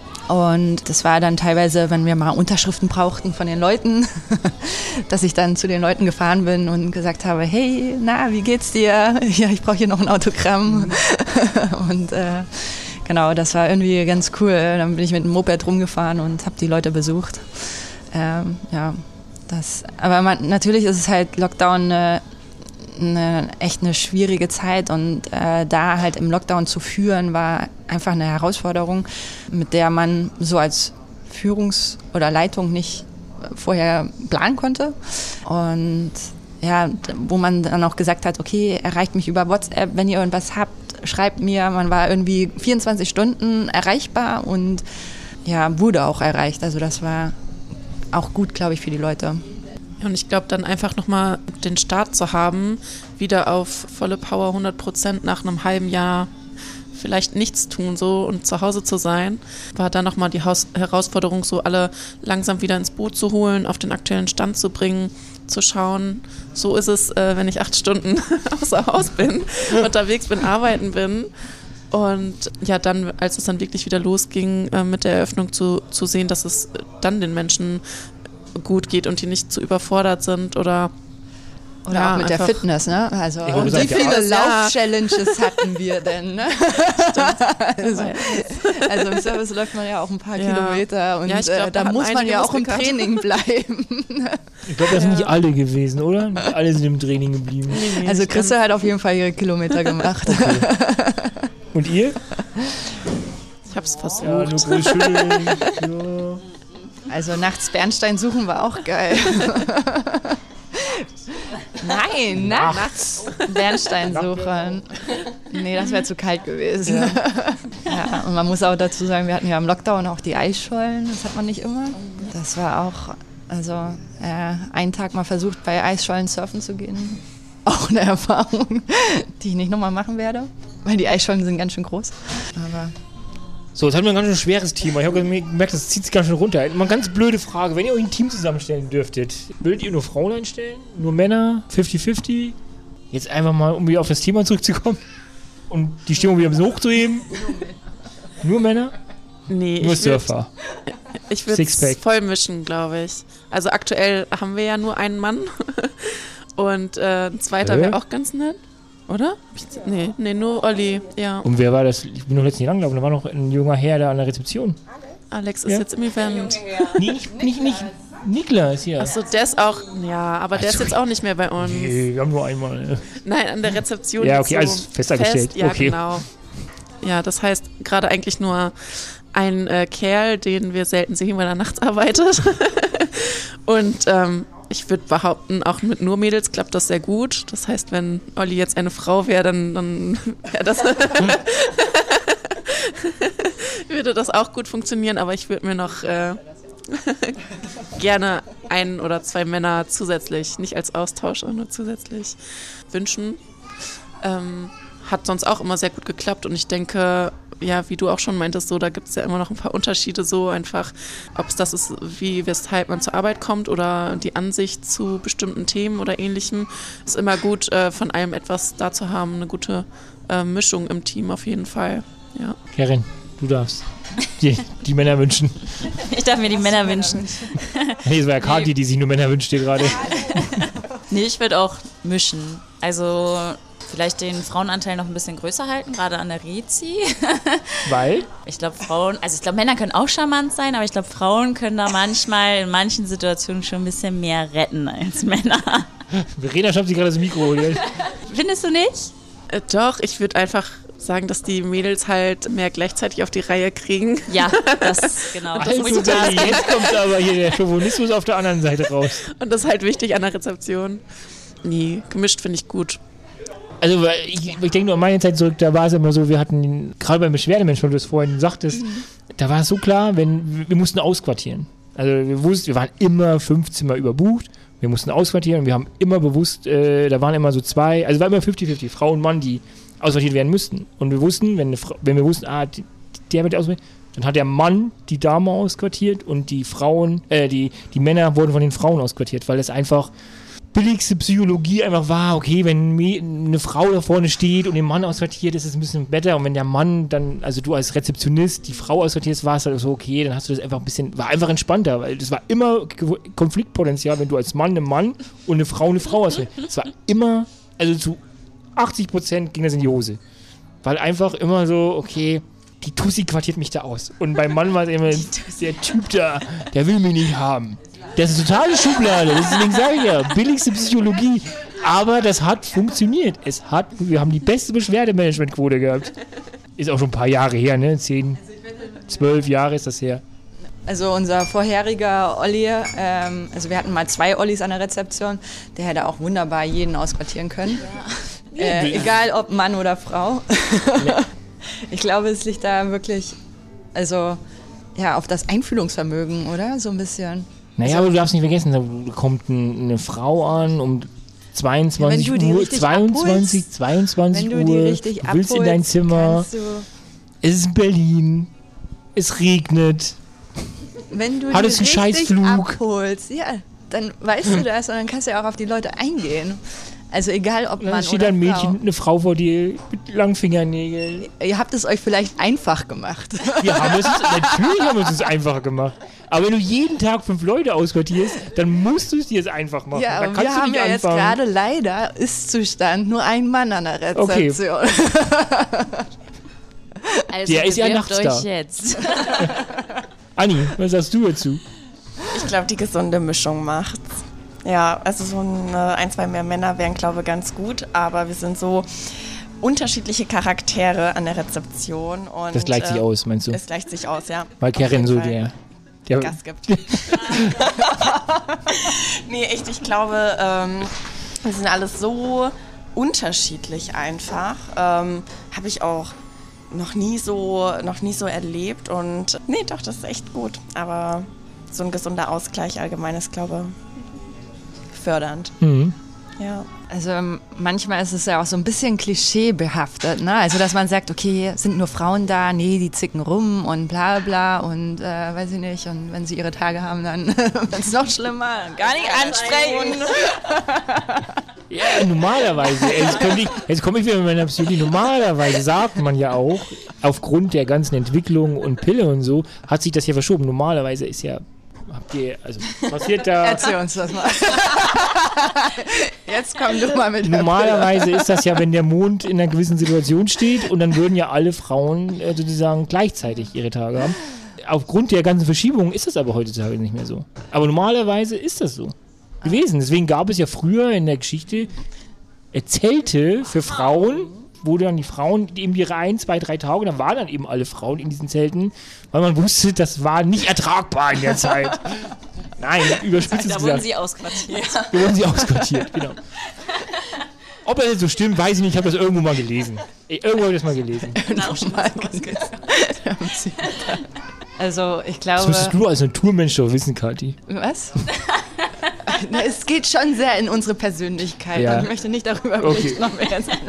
Und das war dann teilweise, wenn wir mal Unterschriften brauchten von den Leuten, dass ich dann zu den Leuten gefahren bin und gesagt habe, hey, na, wie geht's dir? Ja, ich brauche hier noch ein Autogramm. Mhm. Und äh, genau, das war irgendwie ganz cool. Dann bin ich mit dem Moped rumgefahren und habe die Leute besucht. Ähm, ja, das, aber man, natürlich ist es halt Lockdown eine, eine echt eine schwierige Zeit und äh, da halt im Lockdown zu führen, war einfach eine Herausforderung, mit der man so als Führungs- oder Leitung nicht vorher planen konnte. Und ja, wo man dann auch gesagt hat, okay, erreicht mich über WhatsApp, wenn ihr irgendwas habt, schreibt mir. Man war irgendwie vierundzwanzig Stunden erreichbar und ja, wurde auch erreicht. Also das war auch gut, glaube ich, für die Leute. Und ich glaube, dann einfach nochmal den Start zu haben, wieder auf volle Power hundert Prozent nach einem halben Jahr vielleicht nichts tun so und zu Hause zu sein, war dann nochmal die Haus- Herausforderung, so alle langsam wieder ins Boot zu holen, auf den aktuellen Stand zu bringen, zu schauen, so ist es, äh, wenn ich acht Stunden außer Haus bin, unterwegs bin, arbeiten bin. Und ja, dann, als es dann wirklich wieder losging, äh, mit der Eröffnung zu, zu sehen, dass es dann den Menschen gut geht und die nicht zu überfordert sind oder Oder ja, auch mit der Fitness, ne? Also Ich und gesagt, wie viele ja. Lauf-Challenges hatten wir denn? Ne? also, also im Service läuft man ja auch ein paar ja. Kilometer und ja, glaub, äh, da, da muss man ja auch im Muskelkater. Training bleiben. Ich glaube, das sind nicht alle gewesen, oder? Alle sind im Training geblieben. Nee, nee, Also ich Christa hat auf jeden Fall ihre Kilometer gemacht. Okay. Und ihr? Ich hab's versucht. Ja, nur groß schütteln. Ja. Also nachts Bernstein suchen war auch geil. Nein, nachts. Bernstein suchen. Nee, das wäre zu kalt gewesen. Ja. Ja, und man muss auch dazu sagen, wir hatten ja im Lockdown auch die Eisschollen. Das hat man nicht immer. Das war auch, also äh, einen Tag mal versucht, bei Eisschollen surfen zu gehen. Auch eine Erfahrung, die ich nicht nochmal machen werde, weil die Eisschollen sind ganz schön groß. Aber so, jetzt haben wir ein ganz schön schweres Thema. Ich habe gemerkt, das zieht sich ganz schön runter. Mal eine ganz blöde Frage. Wenn ihr euch ein Team zusammenstellen dürftet, würdet ihr nur Frauen einstellen? Nur Männer? fünfzig fünfzig? Jetzt einfach mal, um wieder auf das Thema zurückzukommen und die Stimmung wieder ein bisschen hochzuheben. Nur Männer? Nee, nur ich Surfer. Würd, ich würde es voll mischen, glaube ich. Also aktuell haben wir ja nur einen Mann und äh, ein zweiter wäre auch ganz nett. Oder? Nee, nee, nur Olli, ja. Und wer war das? Ich bin noch letztens nicht angelaufen, da war noch ein junger Herr da an der Rezeption. Alex ist ja. jetzt im Event. Nee, nicht, nicht, nicht Niklas hier. Achso, der ist auch, ja, aber der also, ist jetzt auch nicht mehr bei uns. Nee, wir haben nur einmal. Ne? Nein, an der Rezeption. Ja, okay, so alles festangestellt. Fest. Ja, okay. genau. Ja, das heißt gerade eigentlich nur ein äh, Kerl, den wir selten sehen, weil er nachts arbeitet. Und ähm, ich würde behaupten, auch mit nur Mädels klappt das sehr gut. Das heißt, wenn Olli jetzt eine Frau wäre, dann, dann wäre das würde das auch gut funktionieren. Aber ich würde mir noch äh, gerne ein oder zwei Männer zusätzlich, nicht als Austausch, sondern nur zusätzlich wünschen. Ähm, hat sonst auch immer sehr gut geklappt und ich denke, ja, wie du auch schon meintest, so, da gibt es ja immer noch ein paar Unterschiede, so einfach, ob es das ist, wie, weshalb man zur Arbeit kommt oder die Ansicht zu bestimmten Themen oder Ähnlichem, ist immer gut, äh, von allem etwas da zu haben, eine gute äh, Mischung im Team auf jeden Fall, ja. Karin, du darfst die, die Männer wünschen. Ich darf mir die Männer wünschen. Nee, es war ja Kathi, die sich nur Männer wünscht hier gerade. Nee, ich würde auch mischen, also vielleicht den Frauenanteil noch ein bisschen größer halten, gerade an der Rezi. Weil? Ich glaube, Frauen, also ich glaube, Männer können auch charmant sein, aber ich glaube, Frauen können da manchmal in manchen Situationen schon ein bisschen mehr retten als Männer. Verena schafft sich gerade das Mikro. Findest du nicht? Äh, doch, ich würde einfach sagen, dass die Mädels halt mehr gleichzeitig auf die Reihe kriegen. Ja, das, genau. Das also, muss ich sagen. Jetzt kommt aber hier der Chauvinismus auf der anderen Seite raus. Und das ist halt wichtig an der Rezeption. Nee, gemischt finde ich gut. Also ich, ich denke nur an meine Zeit zurück, da war es immer so, wir hatten, gerade beim Beschwerdemenschen, weil du es vorhin sagtest, mhm. da war es so klar, wenn wir mussten ausquartieren. Also wir wussten, wir waren immer fünf Zimmer überbucht, wir mussten ausquartieren und wir haben immer bewusst, äh, da waren immer so zwei, also war immer fünfzig fünfzig, Frau und Mann, die ausquartiert werden müssten. Und wir wussten, wenn, eine Frau, wenn wir wussten, ah, die, der wird ausquartiert, dann hat der Mann die Dame ausquartiert und die Frauen, äh, die, die Männer wurden von den Frauen ausquartiert, weil es einfach billigste Psychologie einfach war, okay, wenn eine Frau da vorne steht und den Mann ausquartiert, ist es ein bisschen besser und wenn der Mann dann, also du als Rezeptionist, die Frau ausquartierst, war es halt so, okay, dann hast du das einfach ein bisschen, war einfach entspannter, weil das war immer Konfliktpotenzial, wenn du als Mann eine Mann und eine Frau eine Frau ausquartierst. Es war immer, also zu achtzig Prozent ging das in die Hose, weil einfach immer so, okay, die Tussi quartiert mich da aus und beim Mann war es immer, der Typ da, der will mich nicht haben. Das ist eine totale Schublade, deswegen sage ich ja, billigste Psychologie. Aber das hat funktioniert. Es hat, wir haben die beste Beschwerdemanagementquote gehabt. Ist auch schon ein paar Jahre her, ne? Zehn, zwölf Jahre ist das her. Also unser vorheriger Olli, ähm, also wir hatten mal zwei Ollis an der Rezeption, der hätte auch wunderbar jeden ausquartieren können. Ja. Äh, egal ob Mann oder Frau. Ja. Ich glaube, es liegt da wirklich, also ja, auf das Einfühlungsvermögen, oder? So ein bisschen. Naja, aber du darfst nicht vergessen, da kommt ein, eine Frau an um zweiundzwanzig ja, Uhr, zweiundzwanzig, abholst, zweiundzwanzig wenn du Uhr, die richtig du willst abholst, in dein Zimmer, es ist Berlin, es regnet, wenn du hattest die einen richtig Scheißflug. abholst, ja, dann weißt du das und dann kannst du ja auch auf die Leute eingehen. Also egal, ob dann Mann steht oder ein Mädchen, Frau. eine Frau vor dir mit langen Fingernägeln. Ihr habt es euch vielleicht einfach gemacht. Wir haben es, natürlich haben wir es uns einfacher gemacht. Aber wenn du jeden Tag fünf Leute ausquartierst, dann musst du es dir jetzt einfach machen. Ja, dann aber kannst wir du haben nicht ja jetzt anfangen. gerade leider Ist-Zustand, nur ein Mann an der Rezeption. Okay. Also der ist ja bewerbt Nachtstar. euch jetzt. Anni, was sagst du dazu? Ich glaube, die gesunde Mischung macht's. Ja, also so eine, ein, zwei mehr Männer wären, glaube ich, ganz gut, aber wir sind so unterschiedliche Charaktere an der Rezeption. Und, das gleicht äh, sich aus, meinst du? Es gleicht sich aus, ja. Weil Karin so der, der Gas gibt. Nee, echt, ich glaube, ähm, die sind alles so unterschiedlich einfach. Ähm, habe ich auch noch nie so, noch nie so erlebt und nee, doch, das ist echt gut. Aber so ein gesunder Ausgleich allgemein ist, glaube ich, fördernd. Mhm. Ja. Also manchmal ist es ja auch so ein bisschen klischeebehaftet, ne? Also dass man sagt, okay, sind nur Frauen da? Nee, die zicken rum und bla bla und äh, weiß ich nicht. Und wenn sie ihre Tage haben, dann wird es noch schlimmer. Gar nicht ansprechen. Ja, normalerweise, jetzt, könnte ich, jetzt komme ich wieder mit meiner Psychologie, normalerweise sagt man ja auch, aufgrund der ganzen Entwicklung und Pille und so, hat sich das ja verschoben. Normalerweise ist ja, habt ihr, also passiert da... Erzähl uns das mal. Jetzt komm du mal mit. Normalerweise ist das ja, wenn der Mond in einer gewissen Situation steht und dann würden ja alle Frauen äh, sozusagen gleichzeitig ihre Tage haben. Aufgrund der ganzen Verschiebungen ist das aber heutzutage nicht mehr so. Aber normalerweise ist das so gewesen. Deswegen gab es ja früher in der Geschichte äh, Zelte für Frauen, wo dann die Frauen eben ihre ein, zwei, drei Tage, dann waren dann eben alle Frauen in diesen Zelten, weil man wusste, das war nicht ertragbar in der Zeit. Nein, überspitzt Da gesagt. wurden sie ausquartiert. Da wurden sie ausquartiert, genau. Ob das jetzt so stimmt, weiß ich nicht, ich habe das irgendwo mal gelesen. Ey, irgendwo habe ich das mal gelesen. Also ich Das glaube... müsstest du als Naturmensch doch wissen, Kathi. Was? Na, es geht schon sehr in unsere Persönlichkeit. Ja. Und ich möchte nicht darüber Okay. berichten, noch mehr sagen.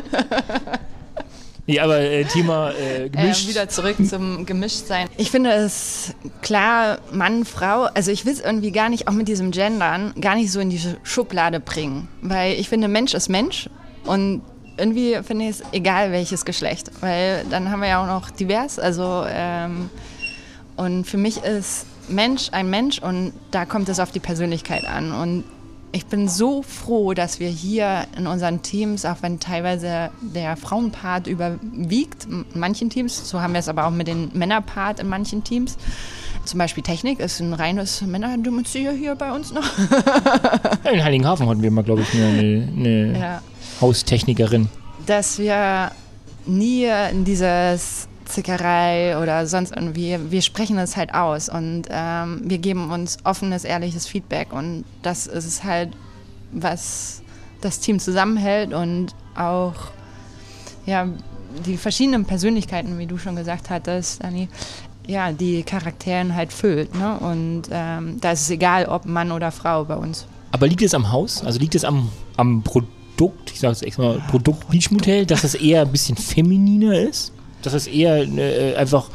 Nee, aber äh, Thema äh, gemischt. Äh, wieder zurück zum Gemischtsein. Ich finde es klar, Mann, Frau, also ich will es irgendwie gar nicht, auch mit diesem Gendern, gar nicht so in die Schublade bringen. Weil ich finde, Mensch ist Mensch und irgendwie finde ich es egal, welches Geschlecht. Weil dann haben wir ja auch noch divers, also ähm, und für mich ist Mensch ein Mensch und da kommt es auf die Persönlichkeit an. Und ich bin so froh, dass wir hier in unseren Teams, auch wenn teilweise der Frauenpart überwiegt, in manchen Teams, so haben wir es aber auch mit dem Männerpart in manchen Teams. Zum Beispiel Technik ist ein reines Männerdomizil hier bei uns noch. Ja, in Heiligenhafen hatten wir mal, glaube ich, eine, eine Ja. Haustechnikerin. Dass wir nie in dieses Zickerei oder sonst irgendwie, wir sprechen es halt aus und ähm, wir geben uns offenes, ehrliches Feedback und das ist es halt, was das Team zusammenhält und auch ja, die verschiedenen Persönlichkeiten, wie du schon gesagt hattest, Dani, ja, die Charakteren halt füllt, ne? Und ähm, da ist es egal, ob Mann oder Frau bei uns. Aber liegt es am Haus? Also liegt es am, am Produkt, ich sage es extra mal, Produkt Beach Motel, dass es eher ein bisschen femininer ist? Dass es eher äh, einfach,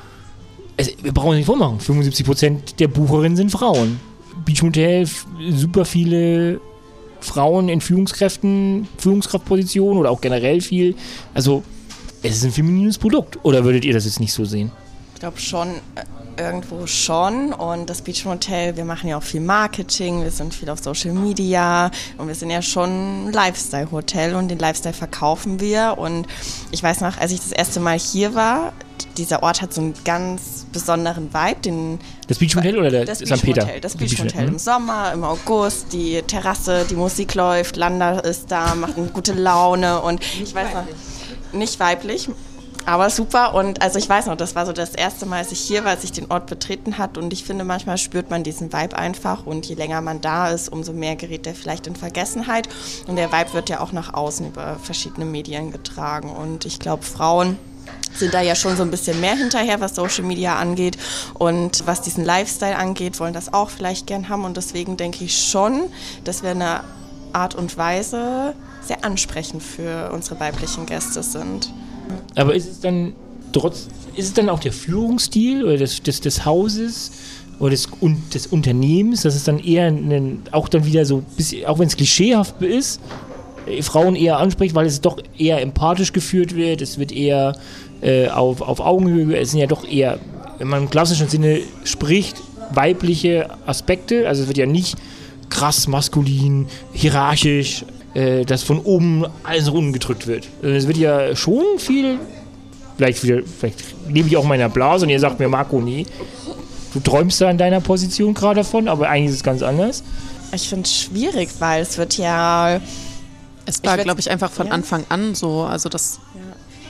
es, wir brauchen uns nicht vormachen, fünfundsiebzig Prozent der Bucherinnen sind Frauen. Beach Motel, f- super viele Frauen in Führungskräften, Führungskraftpositionen oder auch generell viel. Also es ist ein feminines Produkt. Oder würdet ihr das jetzt nicht so sehen? Ich glaube schon, äh, irgendwo schon. Und das Beach Motel, wir machen ja auch viel Marketing, wir sind viel auf Social Media und wir sind ja schon ein Lifestyle-Hotel und den Lifestyle verkaufen wir. Und ich weiß noch, als ich das erste Mal hier war, dieser Ort hat so einen ganz besonderen Vibe. Den Das Beach Motel oder der das Sankt Peter? Beach Motel, das Die Beach Beach Motel Motel, im Sommer, im August, die Terrasse, die Musik läuft, Landa ist da, macht eine gute Laune und ich weiß noch, nicht weiblich, aber super. Und also ich weiß noch, das war so das erste Mal, als ich hier war, als ich den Ort betreten hat. Und ich finde, manchmal spürt man diesen Vibe einfach. Und je länger man da ist, umso mehr gerät der vielleicht in Vergessenheit. Und der Vibe wird ja auch nach außen über verschiedene Medien getragen. Und ich glaube, Frauen sind da ja schon so ein bisschen mehr hinterher, was Social Media angeht. Und was diesen Lifestyle angeht, wollen das auch vielleicht gern haben. Und deswegen denke ich schon, dass wir eine Art und Weise sehr ansprechend für unsere weiblichen Gäste sind. Aber ist es dann trotz, ist es dann auch der Führungsstil oder des, des, des Hauses oder des, und des Unternehmens, dass es dann eher einen, auch dann wieder so, bisschen, auch wenn es klischeehaft ist, äh, Frauen eher anspricht, weil es doch eher empathisch geführt wird, es wird eher äh, auf, auf Augenhöhe, es sind ja doch eher, wenn man im klassischen Sinne spricht, weibliche Aspekte, also es wird ja nicht krass maskulin, hierarchisch, dass von oben alles nach unten gedrückt wird. Es wird ja schon viel, vielleicht, wieder, vielleicht lebe ich auch in meiner Blase und ihr sagt mir, Marco, nee, du träumst da in deiner Position gerade davon, aber eigentlich ist es ganz anders. Ich finde es schwierig, weil es wird ja... Es war, Ich glaube ich, einfach von ja. Anfang an so. Also das,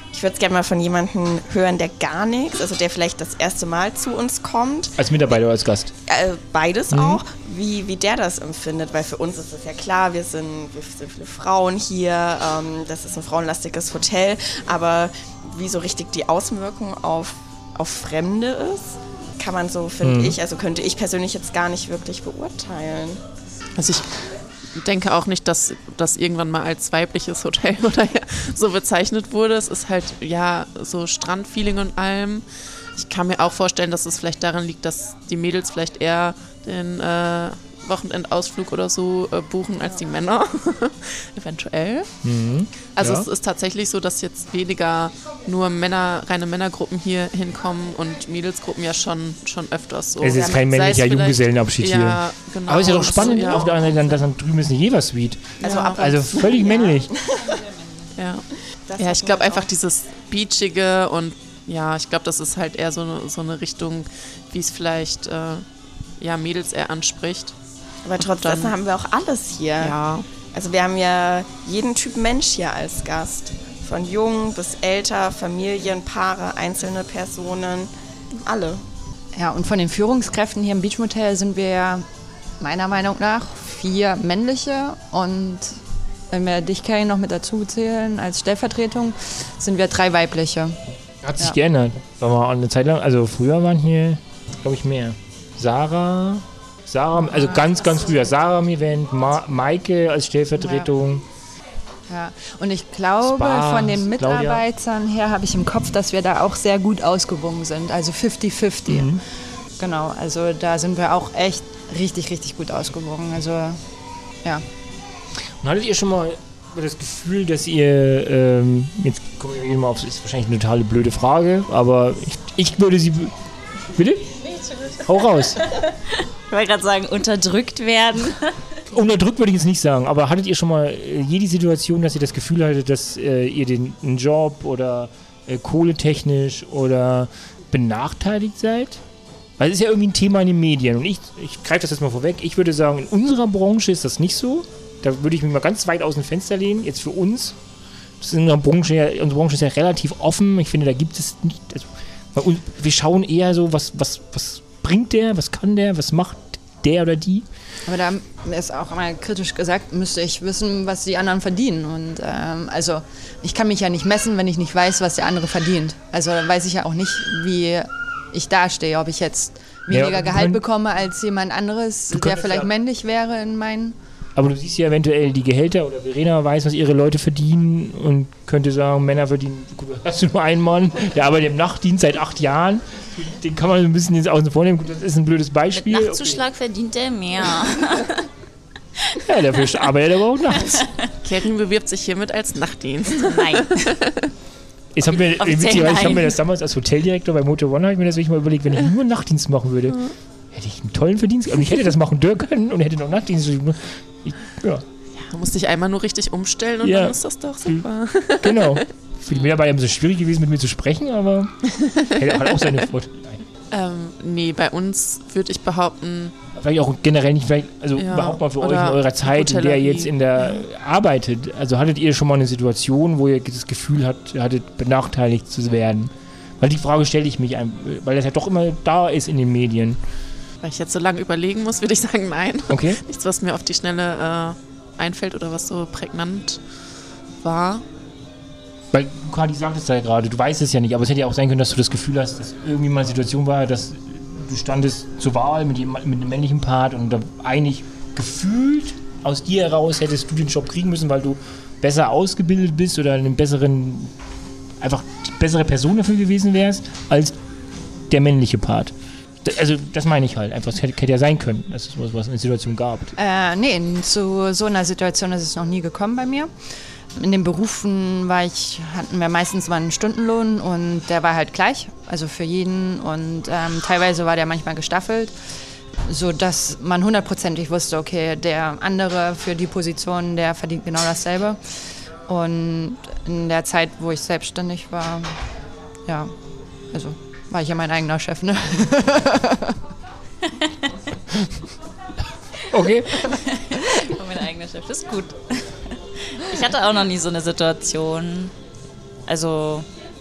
Ich würde es gerne mal von jemandem hören, der gar nichts, also der vielleicht das erste Mal zu uns kommt. Als Mitarbeiter oder als Gast? Äh, beides Mhm. auch, wie, wie der das empfindet, weil für uns ist es ja klar, wir sind, wir sind viele Frauen hier, ähm, das ist ein frauenlastiges Hotel, aber wie so richtig die Auswirkung auf, auf Fremde ist, kann man so, finde Mhm. ich, also könnte ich persönlich jetzt gar nicht wirklich beurteilen. Also ich denke auch nicht, dass das irgendwann mal als weibliches Hotel oder so bezeichnet wurde. Es ist halt, ja, so Strandfeeling und allem. Ich kann mir auch vorstellen, dass es vielleicht daran liegt, dass die Mädels vielleicht eher den äh, Wochenendausflug oder so äh, buchen als die Männer. Eventuell. Mhm. Also Ja. es ist tatsächlich so, dass jetzt weniger nur Männer, reine Männergruppen hier hinkommen und Mädelsgruppen ja schon, schon öfters so. Es ist kein Sei männlicher vielleicht- Junggesellenabschied hier. Ja, genau. Aber ist ja doch Und spannend, ja. auf der anderen Seite, dass dann drüben ist eine Jever-Suite. Also, ab und Also zu, völlig ja. männlich. Ja, Das ja hat ich glaube man einfach auch. dieses Beachige und ja, ich glaube, das ist halt eher so eine, so eine Richtung, wie es vielleicht äh, ja, Mädels eher anspricht. Aber trotz dann- dessen haben wir auch alles hier. Ja, Also wir haben ja jeden Typ Mensch hier als Gast. Von jung bis älter, Familien, Paare, einzelne Personen, alle. Ja, und von den Führungskräften hier im Beachmotel sind wir ja meiner Meinung nach vier männliche und wenn wir dich, Karin, noch mit dazu zählen als Stellvertretung, sind wir drei weibliche. Hat sich Ja. geändert. War mal eine Zeit lang, also früher waren hier, glaube ich, mehr. Sarah, Sarah, also ganz, ganz früher. Sarah im Event, Ma Maike als Stellvertretung. Ja. Und ich glaube, Spaß, von den Claudia. Mitarbeitern her habe ich im Kopf, dass wir da auch sehr gut ausgewogen sind, also fünfzig fünfzig. Mhm. Genau, also da sind wir auch echt richtig, richtig gut ausgewogen. Also ja. Und hattet ihr schon mal das Gefühl, dass ihr, ähm, jetzt komme ich mal auf, das ist wahrscheinlich eine totale blöde Frage, aber ich, ich würde sie, bitte? Hau raus. Ich wollte gerade sagen, unterdrückt werden. Unterdrückt würde ich jetzt nicht sagen, aber hattet ihr schon mal äh, je die Situation, dass ihr das Gefühl hattet, dass äh, ihr den einen Job oder äh, kohletechnisch oder benachteiligt seid? Weil es ist ja irgendwie ein Thema in den Medien und ich, ich greife das jetzt mal vorweg. Ich würde sagen, in unserer Branche ist das nicht so. Da würde ich mich mal ganz weit aus dem Fenster lehnen, jetzt für uns. Das ist in unserer Branche, ja, unsere Branche ist ja relativ offen. Ich finde, da gibt es nicht, also, bei uns, wir schauen eher so, was, was, was bringt der, was kann der, was macht der oder die. Aber da ist auch mal kritisch gesagt, müsste ich wissen, was die anderen verdienen. Und ähm, also ich kann mich ja nicht messen, wenn ich nicht weiß, was der andere verdient. Also weiß ich ja auch nicht, wie ich dastehe, ob ich jetzt weniger Ja, Gehalt können- bekomme als jemand anderes, Du der könntest vielleicht ja- männlich wäre in meinen. Aber du siehst ja eventuell die Gehälter oder Verena weiß, was ihre Leute verdienen und könnte sagen, Männer verdienen, gut, hast du nur einen Mann, der arbeitet im Nachtdienst seit acht Jahren. Den kann man so ein bisschen jetzt außen vor nehmen. Gut, das ist ein blödes Mit Beispiel. Nachtzuschlag verdient er mehr. Okay. Ja, dafür arbeitet er aber auch nachts. Karin bewirbt sich hiermit als Nachtdienst. Nein. Jetzt haben wir, Offiziell witzigerweise, ich habe nein. mir das damals als Hoteldirektor bei Motor One, habe ich mir das wirklich mal überlegt, wenn ich nur Nachtdienst machen würde, hätte ich einen tollen Verdienst. Und ich hätte das machen können und hätte noch Nachtdienst. Ich, ja, Du musst dich einmal nur richtig umstellen und Ja. dann ist das doch super. genau. Für die Mitarbeiter ist es schwierig gewesen, mit mir zu sprechen, aber hätte hat auch seine Vorteile. Ähm, nee, bei uns würde ich behaupten, Vielleicht auch generell nicht, vielleicht, also Ja, überhaupt mal für euch oder in eurer Zeit, in der Hotellerie. ihr jetzt in der arbeitet. Also hattet ihr schon mal eine Situation, wo ihr das Gefühl habt, hattet, benachteiligt zu werden? Weil die Frage stelle ich mich, ein, weil das ja doch immer da ist in den Medien. weil ich jetzt so lange überlegen muss, würde ich sagen, nein. Okay? Nichts, was mir auf die Schnelle äh, einfällt oder was so prägnant war. Weil du gerade sagtest ja gerade, du weißt es ja nicht, aber es hätte ja auch sein können, dass du das Gefühl hast, dass irgendwie mal eine Situation war, dass du standest zur Wahl mit, dem, mit einem männlichen Part und da eigentlich gefühlt aus dir heraus hättest du den Job kriegen müssen, weil du besser ausgebildet bist oder einen besseren, einfach die bessere Person dafür gewesen wärst, als der männliche Part. D- Also das meine ich halt, einfach, es hätte, hätte ja sein können, dass es sowas was eine Situation gab. Äh, nee, zu so einer Situation ist es noch nie gekommen bei mir. In den Berufen war ich, hatten wir meistens mal einen Stundenlohn und der war halt gleich, also für jeden und ähm, teilweise war der manchmal gestaffelt, sodass man hundertprozentig wusste, okay, der andere für die Position, der verdient genau dasselbe. Und in der Zeit, wo ich selbstständig war, ja, also war ich ja mein eigener Chef, ne? Okay. Ich bin mein eigener Chef, das ist gut. Ich hatte auch noch nie so eine Situation. Also,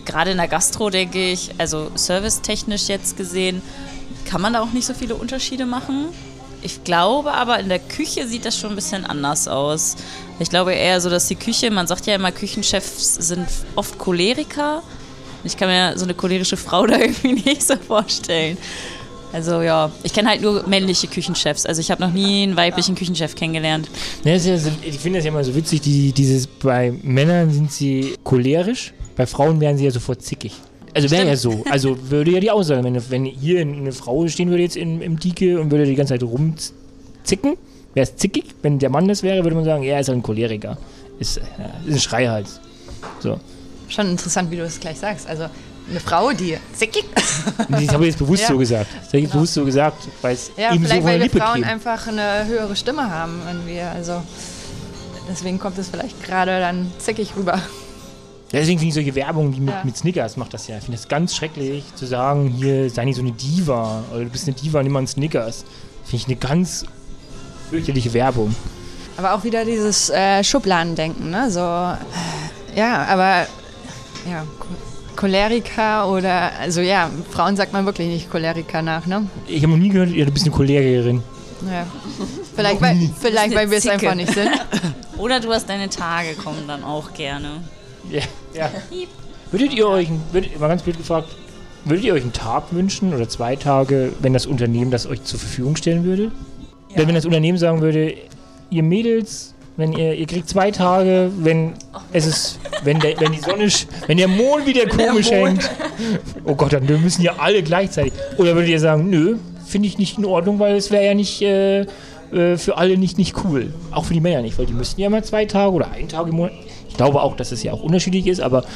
gerade in der Gastro, denke ich, also servicetechnisch jetzt gesehen, kann man da auch nicht so viele Unterschiede machen. Ich glaube aber, in der Küche sieht das schon ein bisschen anders aus. Ich glaube eher so, dass die Küche, man sagt ja immer, Küchenchefs sind oft Choleriker. Ich kann mir so eine cholerische Frau da irgendwie nicht so vorstellen. Also ja, ich kenne halt nur männliche Küchenchefs. Also ich habe noch nie einen weiblichen Küchenchef kennengelernt. Ja, das ist ja so, ich finde das ja immer so witzig, die, dieses, bei Männern sind sie cholerisch, bei Frauen wären sie ja sofort zickig. Also wäre ja so. Also würde ja die Aussage, wenn, wenn hier eine Frau stehen würde jetzt in, im Dike und würde die ganze Zeit rumzicken, wäre es zickig. Wenn der Mann das wäre, würde man sagen, er ist halt ein Choleriker. Ist, ja, ist ein Schreihals. So. Schon interessant, wie du es gleich sagst. Also eine Frau, die zickig. Das habe ich jetzt bewusst Ja. so gesagt. Das habe ich Genau. bewusst so gesagt, weil es Ja, eben so vielleicht von der weil wir Lippe Frauen käme. einfach eine höhere Stimme haben irgendwie. Also deswegen kommt es vielleicht gerade dann zickig rüber. Ja, deswegen finde ich solche Werbung wie mit, Ja. mit Snickers macht das ja. Ich finde das ganz schrecklich, zu sagen, hier sei nicht so eine Diva oder du bist eine Diva, nimm mal einen Snickers. Finde ich eine ganz fürchterliche Werbung. Aber auch wieder dieses äh, Schubladendenken, ne? So, äh, ja, aber ja, Ch- Choleriker oder, also ja, Frauen sagt man wirklich nicht Choleriker nach, ne? Ich habe noch nie gehört, ja, du bist eine Cholerikerin. Ja. Vielleicht, weil, vielleicht weil wir es Zicke. einfach nicht sind. Oder du hast deine Tage, kommen dann auch gerne. Ja, ja. Würdet ihr euch, würdet, mal ganz blöd gefragt, würdet ihr euch einen Tag wünschen oder zwei Tage, wenn das Unternehmen das euch zur Verfügung stellen würde? Wenn, wenn das Unternehmen sagen würde, ihr Mädels, wenn ihr, ihr kriegt zwei Tage, wenn es ist, wenn, der, wenn die Sonne, sch- wenn der Mond wieder komisch hängt. Oh Gott, dann müssen ja alle gleichzeitig. Oder würdet ihr sagen, nö, finde ich nicht in Ordnung, weil es wäre ja nicht äh, äh, für alle nicht, nicht cool. Auch für die Männer nicht, weil die müssten ja mal zwei Tage oder einen Tag im Monat. Ich glaube auch, dass es ja auch unterschiedlich ist, aber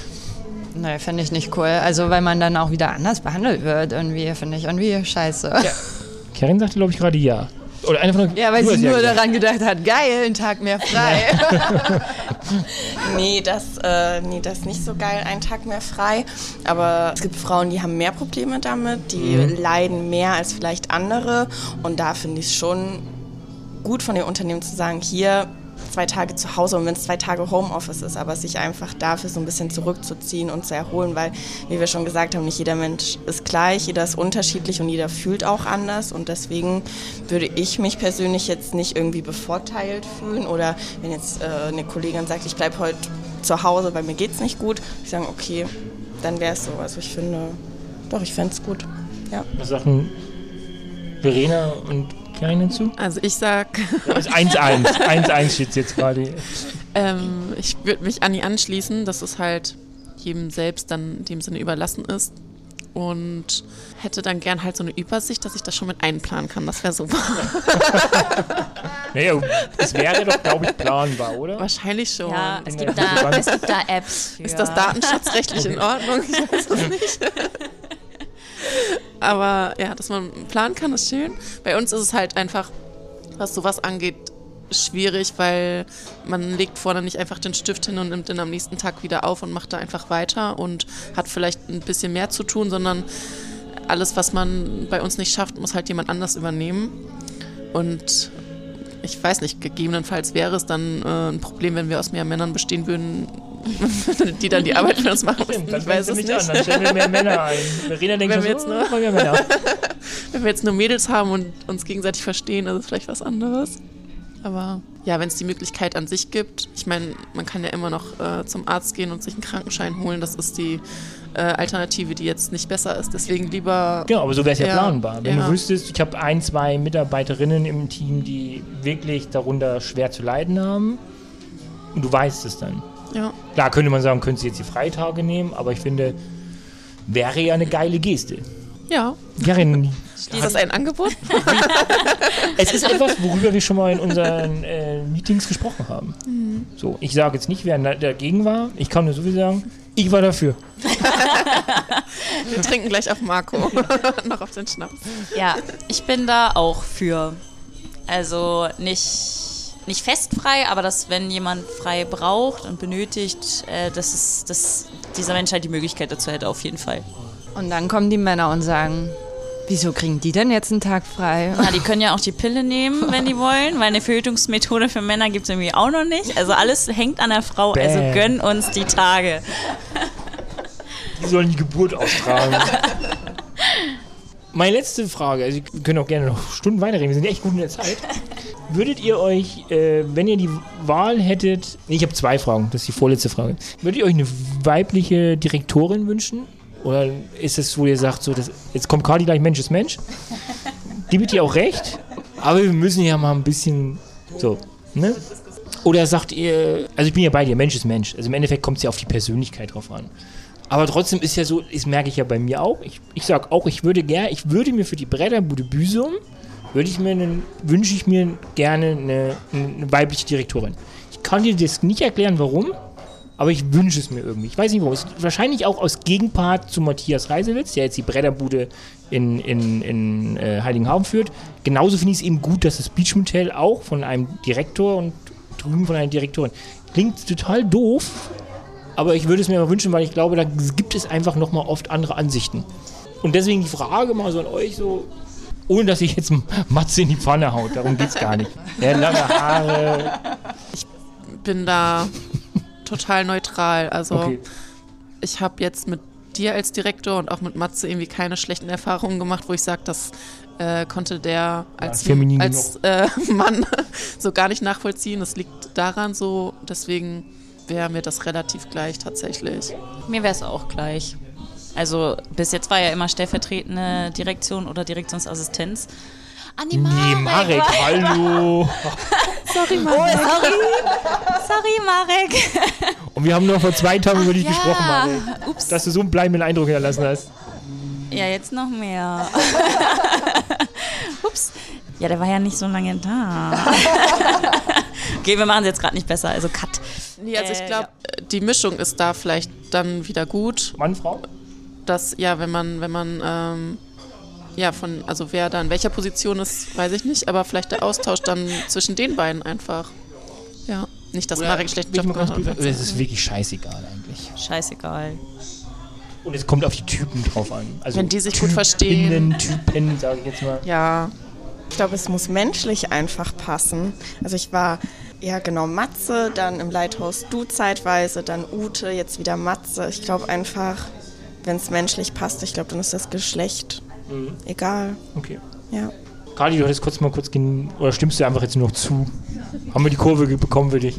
Nee, finde ich nicht cool. Also, weil man dann auch wieder anders behandelt wird, irgendwie, finde ich irgendwie scheiße. Ja, Karin sagte, glaube ich, gerade ja. Oder eine von ja weil du sie hast nur gesagt. daran gedacht hat, geil, einen Tag mehr frei. Nee, das, äh, nee, das ist nicht so geil, einen Tag mehr frei. Aber es gibt Frauen, die haben mehr Probleme damit, die Mhm. leiden mehr als vielleicht andere. Und da finde ich es schon gut von den Unternehmen zu sagen, hier zwei Tage zu Hause und wenn es zwei Tage Homeoffice ist, aber sich einfach dafür so ein bisschen zurückzuziehen und zu erholen, weil, wie wir schon gesagt haben, nicht jeder Mensch ist gleich, jeder ist unterschiedlich und jeder fühlt auch anders und deswegen würde ich mich persönlich jetzt nicht irgendwie bevorteilt fühlen oder wenn jetzt äh, eine Kollegin sagt, ich bleibe heute zu Hause, weil mir geht's nicht gut, ich sage, okay, dann wäre es so. Also ich finde, doch, ich fände es gut, ja. Was sagen Verena und Karin hinzu? Also ich sag, Das ist eins eins. eins eins steht jetzt gerade. ähm, ich würde mich Anni anschließen, dass es halt jedem selbst dann in dem Sinne überlassen ist und hätte dann gern halt so eine Übersicht, dass ich das schon mit einplanen kann. Das wäre super. Naja, es wäre doch, glaube ich, planbar, oder? Wahrscheinlich schon. Ja, es bin gibt, ja da, gespannt. es gibt da Apps für. Ist das datenschutzrechtlich in Ordnung? Ich weiß es nicht. Aber ja, dass man planen kann, ist schön. Bei uns ist es halt einfach, was sowas angeht, schwierig, weil man legt vorne nicht einfach den Stift hin und nimmt den am nächsten Tag wieder auf und macht da einfach weiter und hat vielleicht ein bisschen mehr zu tun, sondern alles, was man bei uns nicht schafft, muss halt jemand anders übernehmen. Und ich weiß nicht, gegebenenfalls wäre es dann äh, ein Problem, wenn wir aus mehr Männern bestehen würden, die dann die Arbeit für uns machen müssen. Stimmt, dann Ich weiß fängst du es mich nicht. an, dann stellen wir mehr Männer ein. Verena denkt Wenn so, wir jetzt oh, nur- mal mehr Männer. Wenn wir jetzt nur Mädels haben und uns gegenseitig verstehen, ist es vielleicht was anderes. Aber ja, wenn es die Möglichkeit an sich gibt, ich meine, man kann ja immer noch äh, zum Arzt gehen und sich einen Krankenschein holen. Das ist die äh, Alternative, die jetzt nicht besser ist. Deswegen lieber... Genau, aber so wäre es ja, Ja, planbar. Wenn ja. du wüsstest, ich habe ein, zwei Mitarbeiterinnen im Team, die wirklich darunter schwer zu leiden haben und du weißt es dann. Ja, Klar könnte man sagen, könntest du jetzt die Freitage nehmen, aber ich finde, wäre ja eine geile Geste. ja. Karin, Ist das ein Angebot? es ist etwas, worüber wir schon mal in unseren äh, Meetings gesprochen haben. Mhm. So, ich sage jetzt nicht, wer da- dagegen war. Ich kann nur so viel sagen, ich war dafür. Wir trinken gleich auf Marco. Noch auf den Schnaps. Ja, ich bin da auch für. Also nicht, nicht festfrei, aber dass, wenn jemand frei braucht und benötigt, äh, dass, es, dass dieser Mensch halt die Möglichkeit dazu hätte, auf jeden Fall. Und dann kommen die Männer und sagen, wieso kriegen die denn jetzt einen Tag frei? Na, die können ja auch die Pille nehmen, wenn die wollen, weil eine Verhütungsmethode für Männer gibt es irgendwie auch noch nicht. Also alles hängt an der Frau, also Bäh. gönn uns die Tage. Die sollen die Geburt austragen. Meine letzte Frage, also wir können auch gerne noch Stunden weiterreden, wir sind echt gut in der Zeit. Würdet ihr euch, äh, wenn ihr die Wahl hättet, nee, ich habe zwei Fragen, das ist die vorletzte Frage. Würdet ihr euch eine weibliche Direktorin wünschen? Oder ist es, wo ihr sagt, so, das, jetzt kommt Kali gleich, Mensch ist Mensch? Gebe ich dir auch recht, aber wir müssen ja mal ein bisschen so, ne? Oder sagt ihr, also ich bin ja bei dir, Mensch ist Mensch. Also im Endeffekt kommt es ja auf die Persönlichkeit drauf an. Aber trotzdem ist ja so, das merke ich ja bei mir auch. Ich, ich sag auch, ich würde gerne, ich würde mir für die Bretterbude Büsum, würde ich mir einen, wünsche ich mir gerne eine, eine weibliche Direktorin. Ich kann dir das nicht erklären, warum, aber ich wünsche es mir irgendwie. Ich weiß nicht warum. Es ist wahrscheinlich auch aus Gegenpart zu Matthias Reisewitz, der jetzt die Bretterbude in, in, in äh, Heiligenhafen führt. Genauso finde ich es eben gut, dass das Beach Motel auch von einem Direktor und drüben von einer Direktorin. Klingt total doof, aber ich würde es mir mal wünschen, weil ich glaube, da gibt es einfach nochmal oft andere Ansichten. Und deswegen die Frage mal so an euch, so, ohne dass ich jetzt Matze in die Pfanne haut, darum geht es gar nicht. Er hat lange Haare. Ich bin da total neutral. Also Okay. ich habe jetzt mit dir als Direktor und auch mit Matze irgendwie keine schlechten Erfahrungen gemacht, wo ich sage, das äh, konnte der als, feminin als äh, Mann so gar nicht nachvollziehen. Das liegt daran so, deswegen wäre mir das relativ gleich tatsächlich. Mir wäre es auch gleich. Also bis jetzt war ja immer stellvertretende Direktion oder Direktionsassistenz. An die Nee, Marek, hallo. Sorry, Marek. Oh, sorry. Sorry, Marek. Und wir haben nur vor zwei Tagen über dich ja. gesprochen, Marek. Ups. Dass du so einen bleibenden Eindruck hinterlassen hast. Ja, jetzt noch mehr. Ups. Ja, der war ja nicht so lange da. Okay, wir machen es jetzt gerade nicht besser, also Cut. Nee, also ich Äh, glaube, die Mischung ist da vielleicht dann wieder gut. Mann, Frau? Dass, ja, wenn man, wenn man, ähm, ja, von, also wer da in welcher Position ist, weiß ich nicht, aber vielleicht der Austausch dann zwischen den beiden einfach. Ja, nicht, dass Marek einen schlechten Job gemacht hat. Es ist wirklich scheißegal eigentlich. Scheißegal. Und es kommt auf die Typen drauf an. Also Wenn die sich gut verstehen. Typen, sage ich jetzt mal. Ja, Ich glaube, es muss menschlich einfach passen. Also ich war, ja genau, Matze, dann im Lighthouse du zeitweise, dann Ute, jetzt wieder Matze. Ich glaube einfach, wenn es menschlich passt, ich glaube, dann ist das Geschlecht Mhm. egal. Okay. Ja. Kali, du hattest kurz mal kurz gen- oder stimmst du einfach jetzt nur noch zu? Haben wir die Kurve ge- bekommen für dich?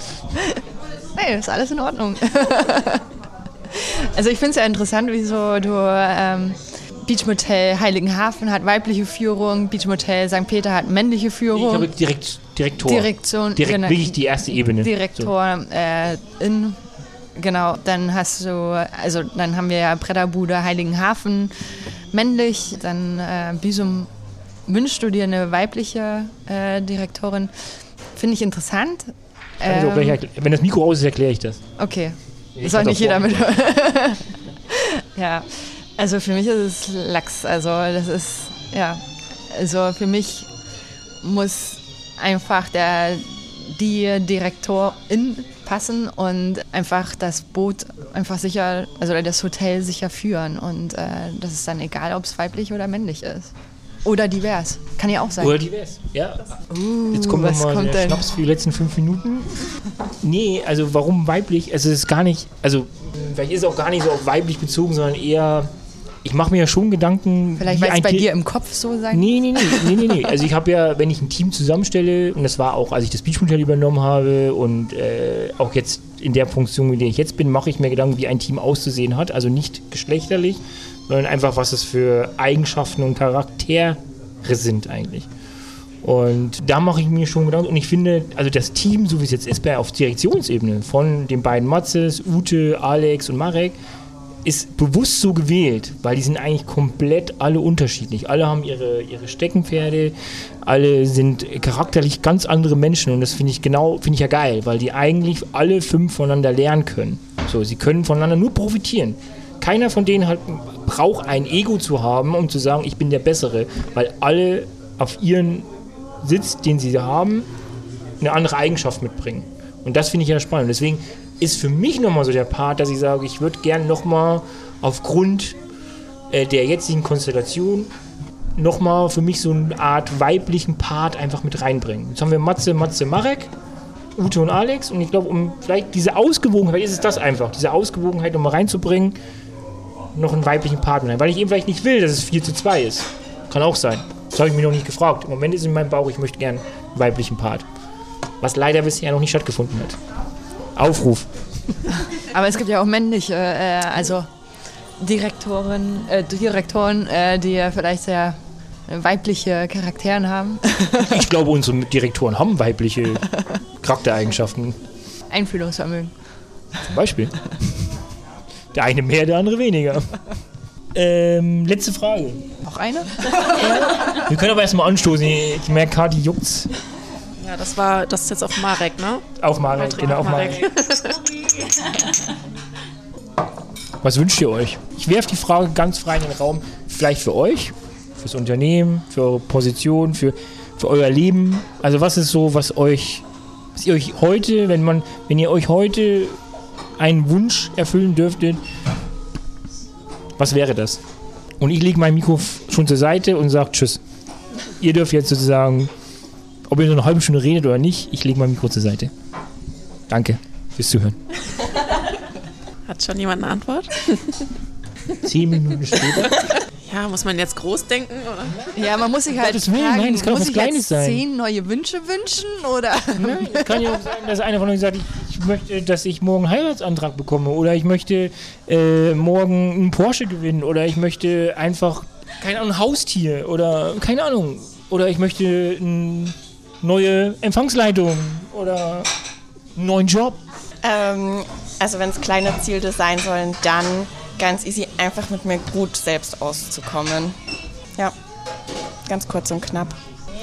Nee, ist alles in Ordnung. Also ich finde es ja interessant, wieso du ähm, Beach Motel Heiligenhafen hat weibliche Führung, Beach Motel Sankt Peter hat männliche Führung. Ich habe direkt Direktor. Direktion, Direkt genau, wirklich die erste Ebene. Direktor äh, in, genau, dann hast du, also dann haben wir ja Bretterbude Heiligenhafen männlich, dann äh, Büsum wünschst du dir eine weibliche äh, Direktorin. Finde ich interessant. So. Kann ich auch gleich erkl- Wenn das Mikro aus ist, erkläre ich das. Okay. Ich Soll hatte nicht jeder davor mit. Ja, also für mich ist es Lachs. Also das ist, ja, also für mich muss einfach der, die Direktorin passen und einfach das Boot einfach sicher, also das Hotel sicher führen. Und äh, das ist dann egal, ob es weiblich oder männlich ist. Oder divers. Kann ja auch sein. Oder divers. Ja. Uh, Jetzt kommt was nochmal kommt der denn? Schnaps für die letzten fünf Minuten. Nee, also warum weiblich? Also es ist gar nicht, also vielleicht ist es auch gar nicht so auf weiblich bezogen, sondern eher, ich mache mir ja schon Gedanken. Vielleicht, wie weil es ein bei Ti- dir im Kopf so sein Nee, nee, nee, nee, nee, nee. Also ich habe ja, wenn ich ein Team zusammenstelle, und das war auch, als ich das Beach Motel übernommen habe und äh, auch jetzt in der Funktion, in der ich jetzt bin, mache ich mir Gedanken, wie ein Team auszusehen hat. Also nicht geschlechterlich, sondern einfach, was es für Eigenschaften und Charaktere sind eigentlich. Und da mache ich mir schon Gedanken. Und ich finde, also das Team, so wie es jetzt ist, bei auf Direktionsebene von den beiden Matzes, Ute, Alex und Marek, ist bewusst so gewählt, weil die sind eigentlich komplett alle unterschiedlich. Alle haben ihre, ihre Steckenpferde, alle sind charakterlich ganz andere Menschen und das finde ich genau, finde ich ja geil, weil die eigentlich alle fünf voneinander lernen können. So, sie können voneinander nur profitieren. Keiner von denen halt braucht ein Ego zu haben, um zu sagen, ich bin der Bessere, weil alle auf ihren Sitz, den sie haben, eine andere Eigenschaft mitbringen. Und das finde ich ja spannend. Deswegen ist für mich nochmal so der Part, dass ich sage, ich würde gerne nochmal aufgrund äh, der jetzigen Konstellation nochmal für mich so eine Art weiblichen Part einfach mit reinbringen. Jetzt haben wir Matze, Matze, Marek, Ute und Alex und ich glaube, um vielleicht diese Ausgewogenheit, ist es das einfach, diese Ausgewogenheit nochmal reinzubringen, noch einen weiblichen Part mit rein, weil ich eben vielleicht nicht will, dass es vier zu zwei ist. Kann auch sein. Das habe ich mir noch nicht gefragt. Im Moment ist es in meinem Bauch, ich möchte gerne einen weiblichen Part. Was leider bisher noch nicht stattgefunden hat. Aufruf. Aber es gibt ja auch männliche, äh, also Direktoren, äh, Direktoren, äh, die ja vielleicht sehr weibliche Charakteren haben. Ich glaube, unsere Direktoren haben weibliche Charaktereigenschaften. Einfühlungsvermögen. Zum Beispiel. Der eine mehr, der andere weniger. Ähm, letzte Frage. Auch eine? Wir können aber erstmal anstoßen. Ich merke, Kathi juckt's. Ja, das war, das ist jetzt auf Marek, ne? Auf Marek, Patrick, genau, auf Marek. Was wünscht ihr euch? Ich werfe die Frage ganz frei in den Raum. Vielleicht für euch, fürs Unternehmen, für eure Position, für, für euer Leben. Also was ist so, was euch, was ihr euch heute, wenn man, wenn ihr euch heute einen Wunsch erfüllen dürftet, was wäre das? Und ich lege mein Mikro schon zur Seite und sage Tschüss. Ihr dürft jetzt sozusagen, ob ihr nur eine halbe Stunde redet oder nicht, ich lege mein Mikro zur Seite. Danke fürs Zuhören. Hat schon jemand eine Antwort? Zehn Minuten später. Ja, muss man jetzt groß denken, oder? Ja, man muss sich halt Gottes Willen, fragen, nein, das kann doch muss was ich Kleines jetzt sein. zehn neue Wünsche wünschen, oder? Nein, es kann ja auch sein, dass einer von euch sagt, ich, ich möchte, dass ich morgen einen Heiratsantrag bekomme oder ich möchte äh, morgen einen Porsche gewinnen oder ich möchte einfach, keine Ahnung, ein Haustier oder keine Ahnung. Oder ich möchte eine neue Empfangsleitung oder einen neuen Job. Ähm, also wenn es kleine Ziele sein sollen, dann ganz easy, einfach mit mir gut selbst auszukommen. Ja, ganz kurz und knapp.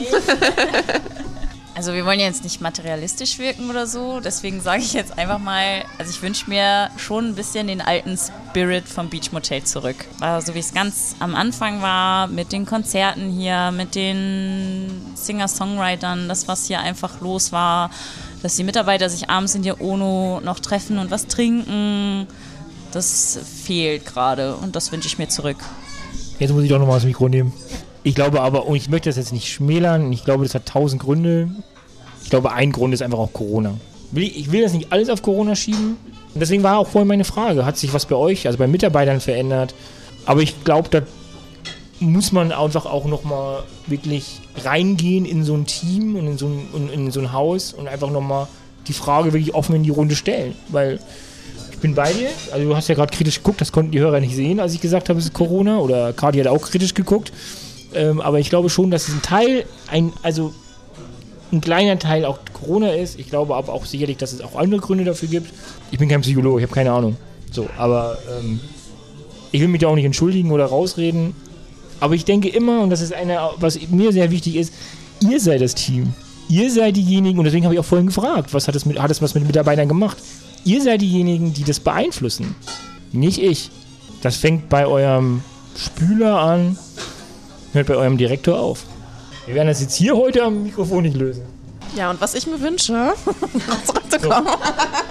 Also wir wollen jetzt nicht materialistisch wirken oder so, deswegen sage ich jetzt einfach mal, also ich wünsche mir schon ein bisschen den alten Spirit vom Beach Motel zurück. Also wie es ganz am Anfang war, mit den Konzerten hier, mit den Singer-Songwritern, das was hier einfach los war, dass die Mitarbeiter sich abends in der ONO noch treffen und was trinken, das fehlt gerade und das wünsche ich mir zurück. Jetzt muss ich doch nochmal das Mikro nehmen. Ich glaube aber, und ich möchte das jetzt nicht schmälern, ich glaube, das hat tausend Gründe. Ich glaube, ein Grund ist einfach auch Corona. Ich will das nicht alles auf Corona schieben. Und deswegen war auch vorhin meine Frage, hat sich was bei euch, also bei Mitarbeitern verändert? Aber ich glaube, da muss man einfach auch nochmal wirklich reingehen in so ein Team und in so ein, in, in so ein Haus und einfach nochmal die Frage wirklich offen in die Runde stellen. Weil ich bin bei dir, also du hast ja gerade kritisch geguckt, das konnten die Hörer nicht sehen, als ich gesagt habe, es ist Corona, oder Kathi hat auch kritisch geguckt. Ähm, aber ich glaube schon, dass es ein Teil, ein, also ein kleiner Teil auch Corona ist. Ich glaube aber auch sicherlich, dass es auch andere Gründe dafür gibt. Ich bin kein Psychologe, ich habe keine Ahnung. So, aber ähm, ich will mich da auch nicht entschuldigen oder rausreden. Aber ich denke immer, und das ist eine, was mir sehr wichtig ist, ihr seid das Team. Ihr seid diejenigen, und deswegen habe ich auch vorhin gefragt, was hat es mit, hat es was mit Mitarbeitern gemacht? Ihr seid diejenigen, die das beeinflussen. Nicht ich. Das fängt bei eurem Spüler an, hört bei eurem Direktor auf. Wir werden das jetzt hier heute am Mikrofon nicht lösen. Ja, und was ich mir wünsche, um zurückzukommen, so.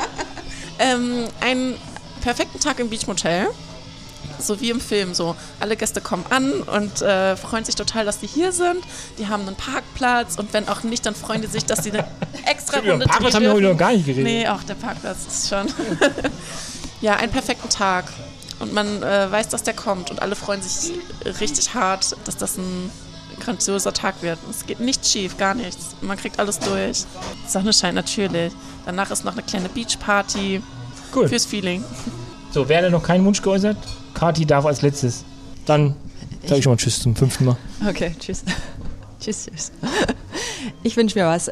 ähm, einen perfekten Tag im Beach Motel. So wie im Film, so alle Gäste kommen an und äh, freuen sich total, dass die hier sind. Die haben einen Parkplatz und wenn auch nicht, dann freuen die sich, dass sie eine extra Runde drehen. Parkplatz haben wir heute noch gar nicht geredet. Nee, auch der Parkplatz ist schon. Ja, einen perfekten Tag. Und man äh, weiß, dass der kommt und alle freuen sich richtig hart, dass das ein grandioser Tag wird. Es geht nichts schief, gar nichts. Man kriegt alles durch. Die Sonne scheint natürlich. Danach ist noch eine kleine Beachparty. Cool. Fürs Feeling. So, wer hat noch keinen Wunsch geäußert? Kathi darf als letztes. Dann sage ich schon mal Tschüss zum fünften Mal. Okay, tschüss. Tschüss, tschüss. Ich wünsche mir was.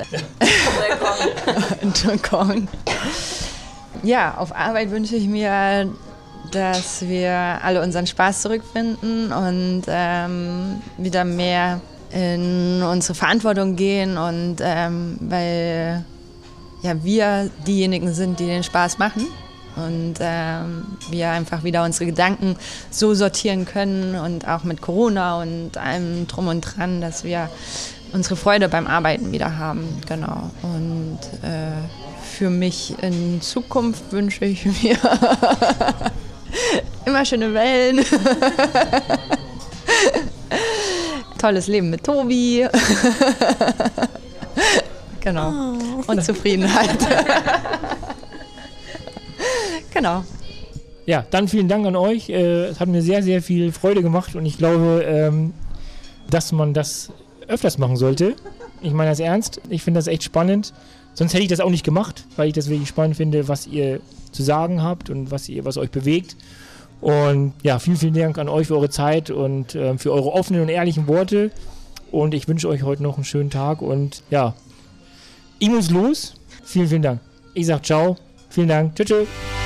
Kong. Ja, auf Arbeit wünsche ich mir, dass wir alle unseren Spaß zurückfinden und ähm, wieder mehr in unsere Verantwortung gehen und ähm, weil ja, wir diejenigen sind, die den Spaß machen. Und ähm, wir einfach wieder unsere Gedanken so sortieren können und auch mit Corona und allem drum und dran, dass wir unsere Freude beim Arbeiten wieder haben. Genau. Und äh, für mich in Zukunft wünsche ich mir immer schöne Wellen, tolles Leben mit Tobi. Genau. Und Zufriedenheit. Genau. Ja, dann vielen Dank an euch. Äh, es hat mir sehr, sehr viel Freude gemacht und ich glaube, ähm, dass man das öfters machen sollte. Ich meine das ernst. Ich finde das echt spannend. Sonst hätte ich das auch nicht gemacht, weil ich das wirklich spannend finde, was ihr zu sagen habt und was ihr, was euch bewegt. Und ja, vielen, vielen Dank an euch für eure Zeit und äh, für eure offenen und ehrlichen Worte. Und ich wünsche euch heute noch einen schönen Tag und ja, ich muss los. Vielen, vielen Dank. Ich sag ciao. Vielen Dank. Tschüss. Tschüss.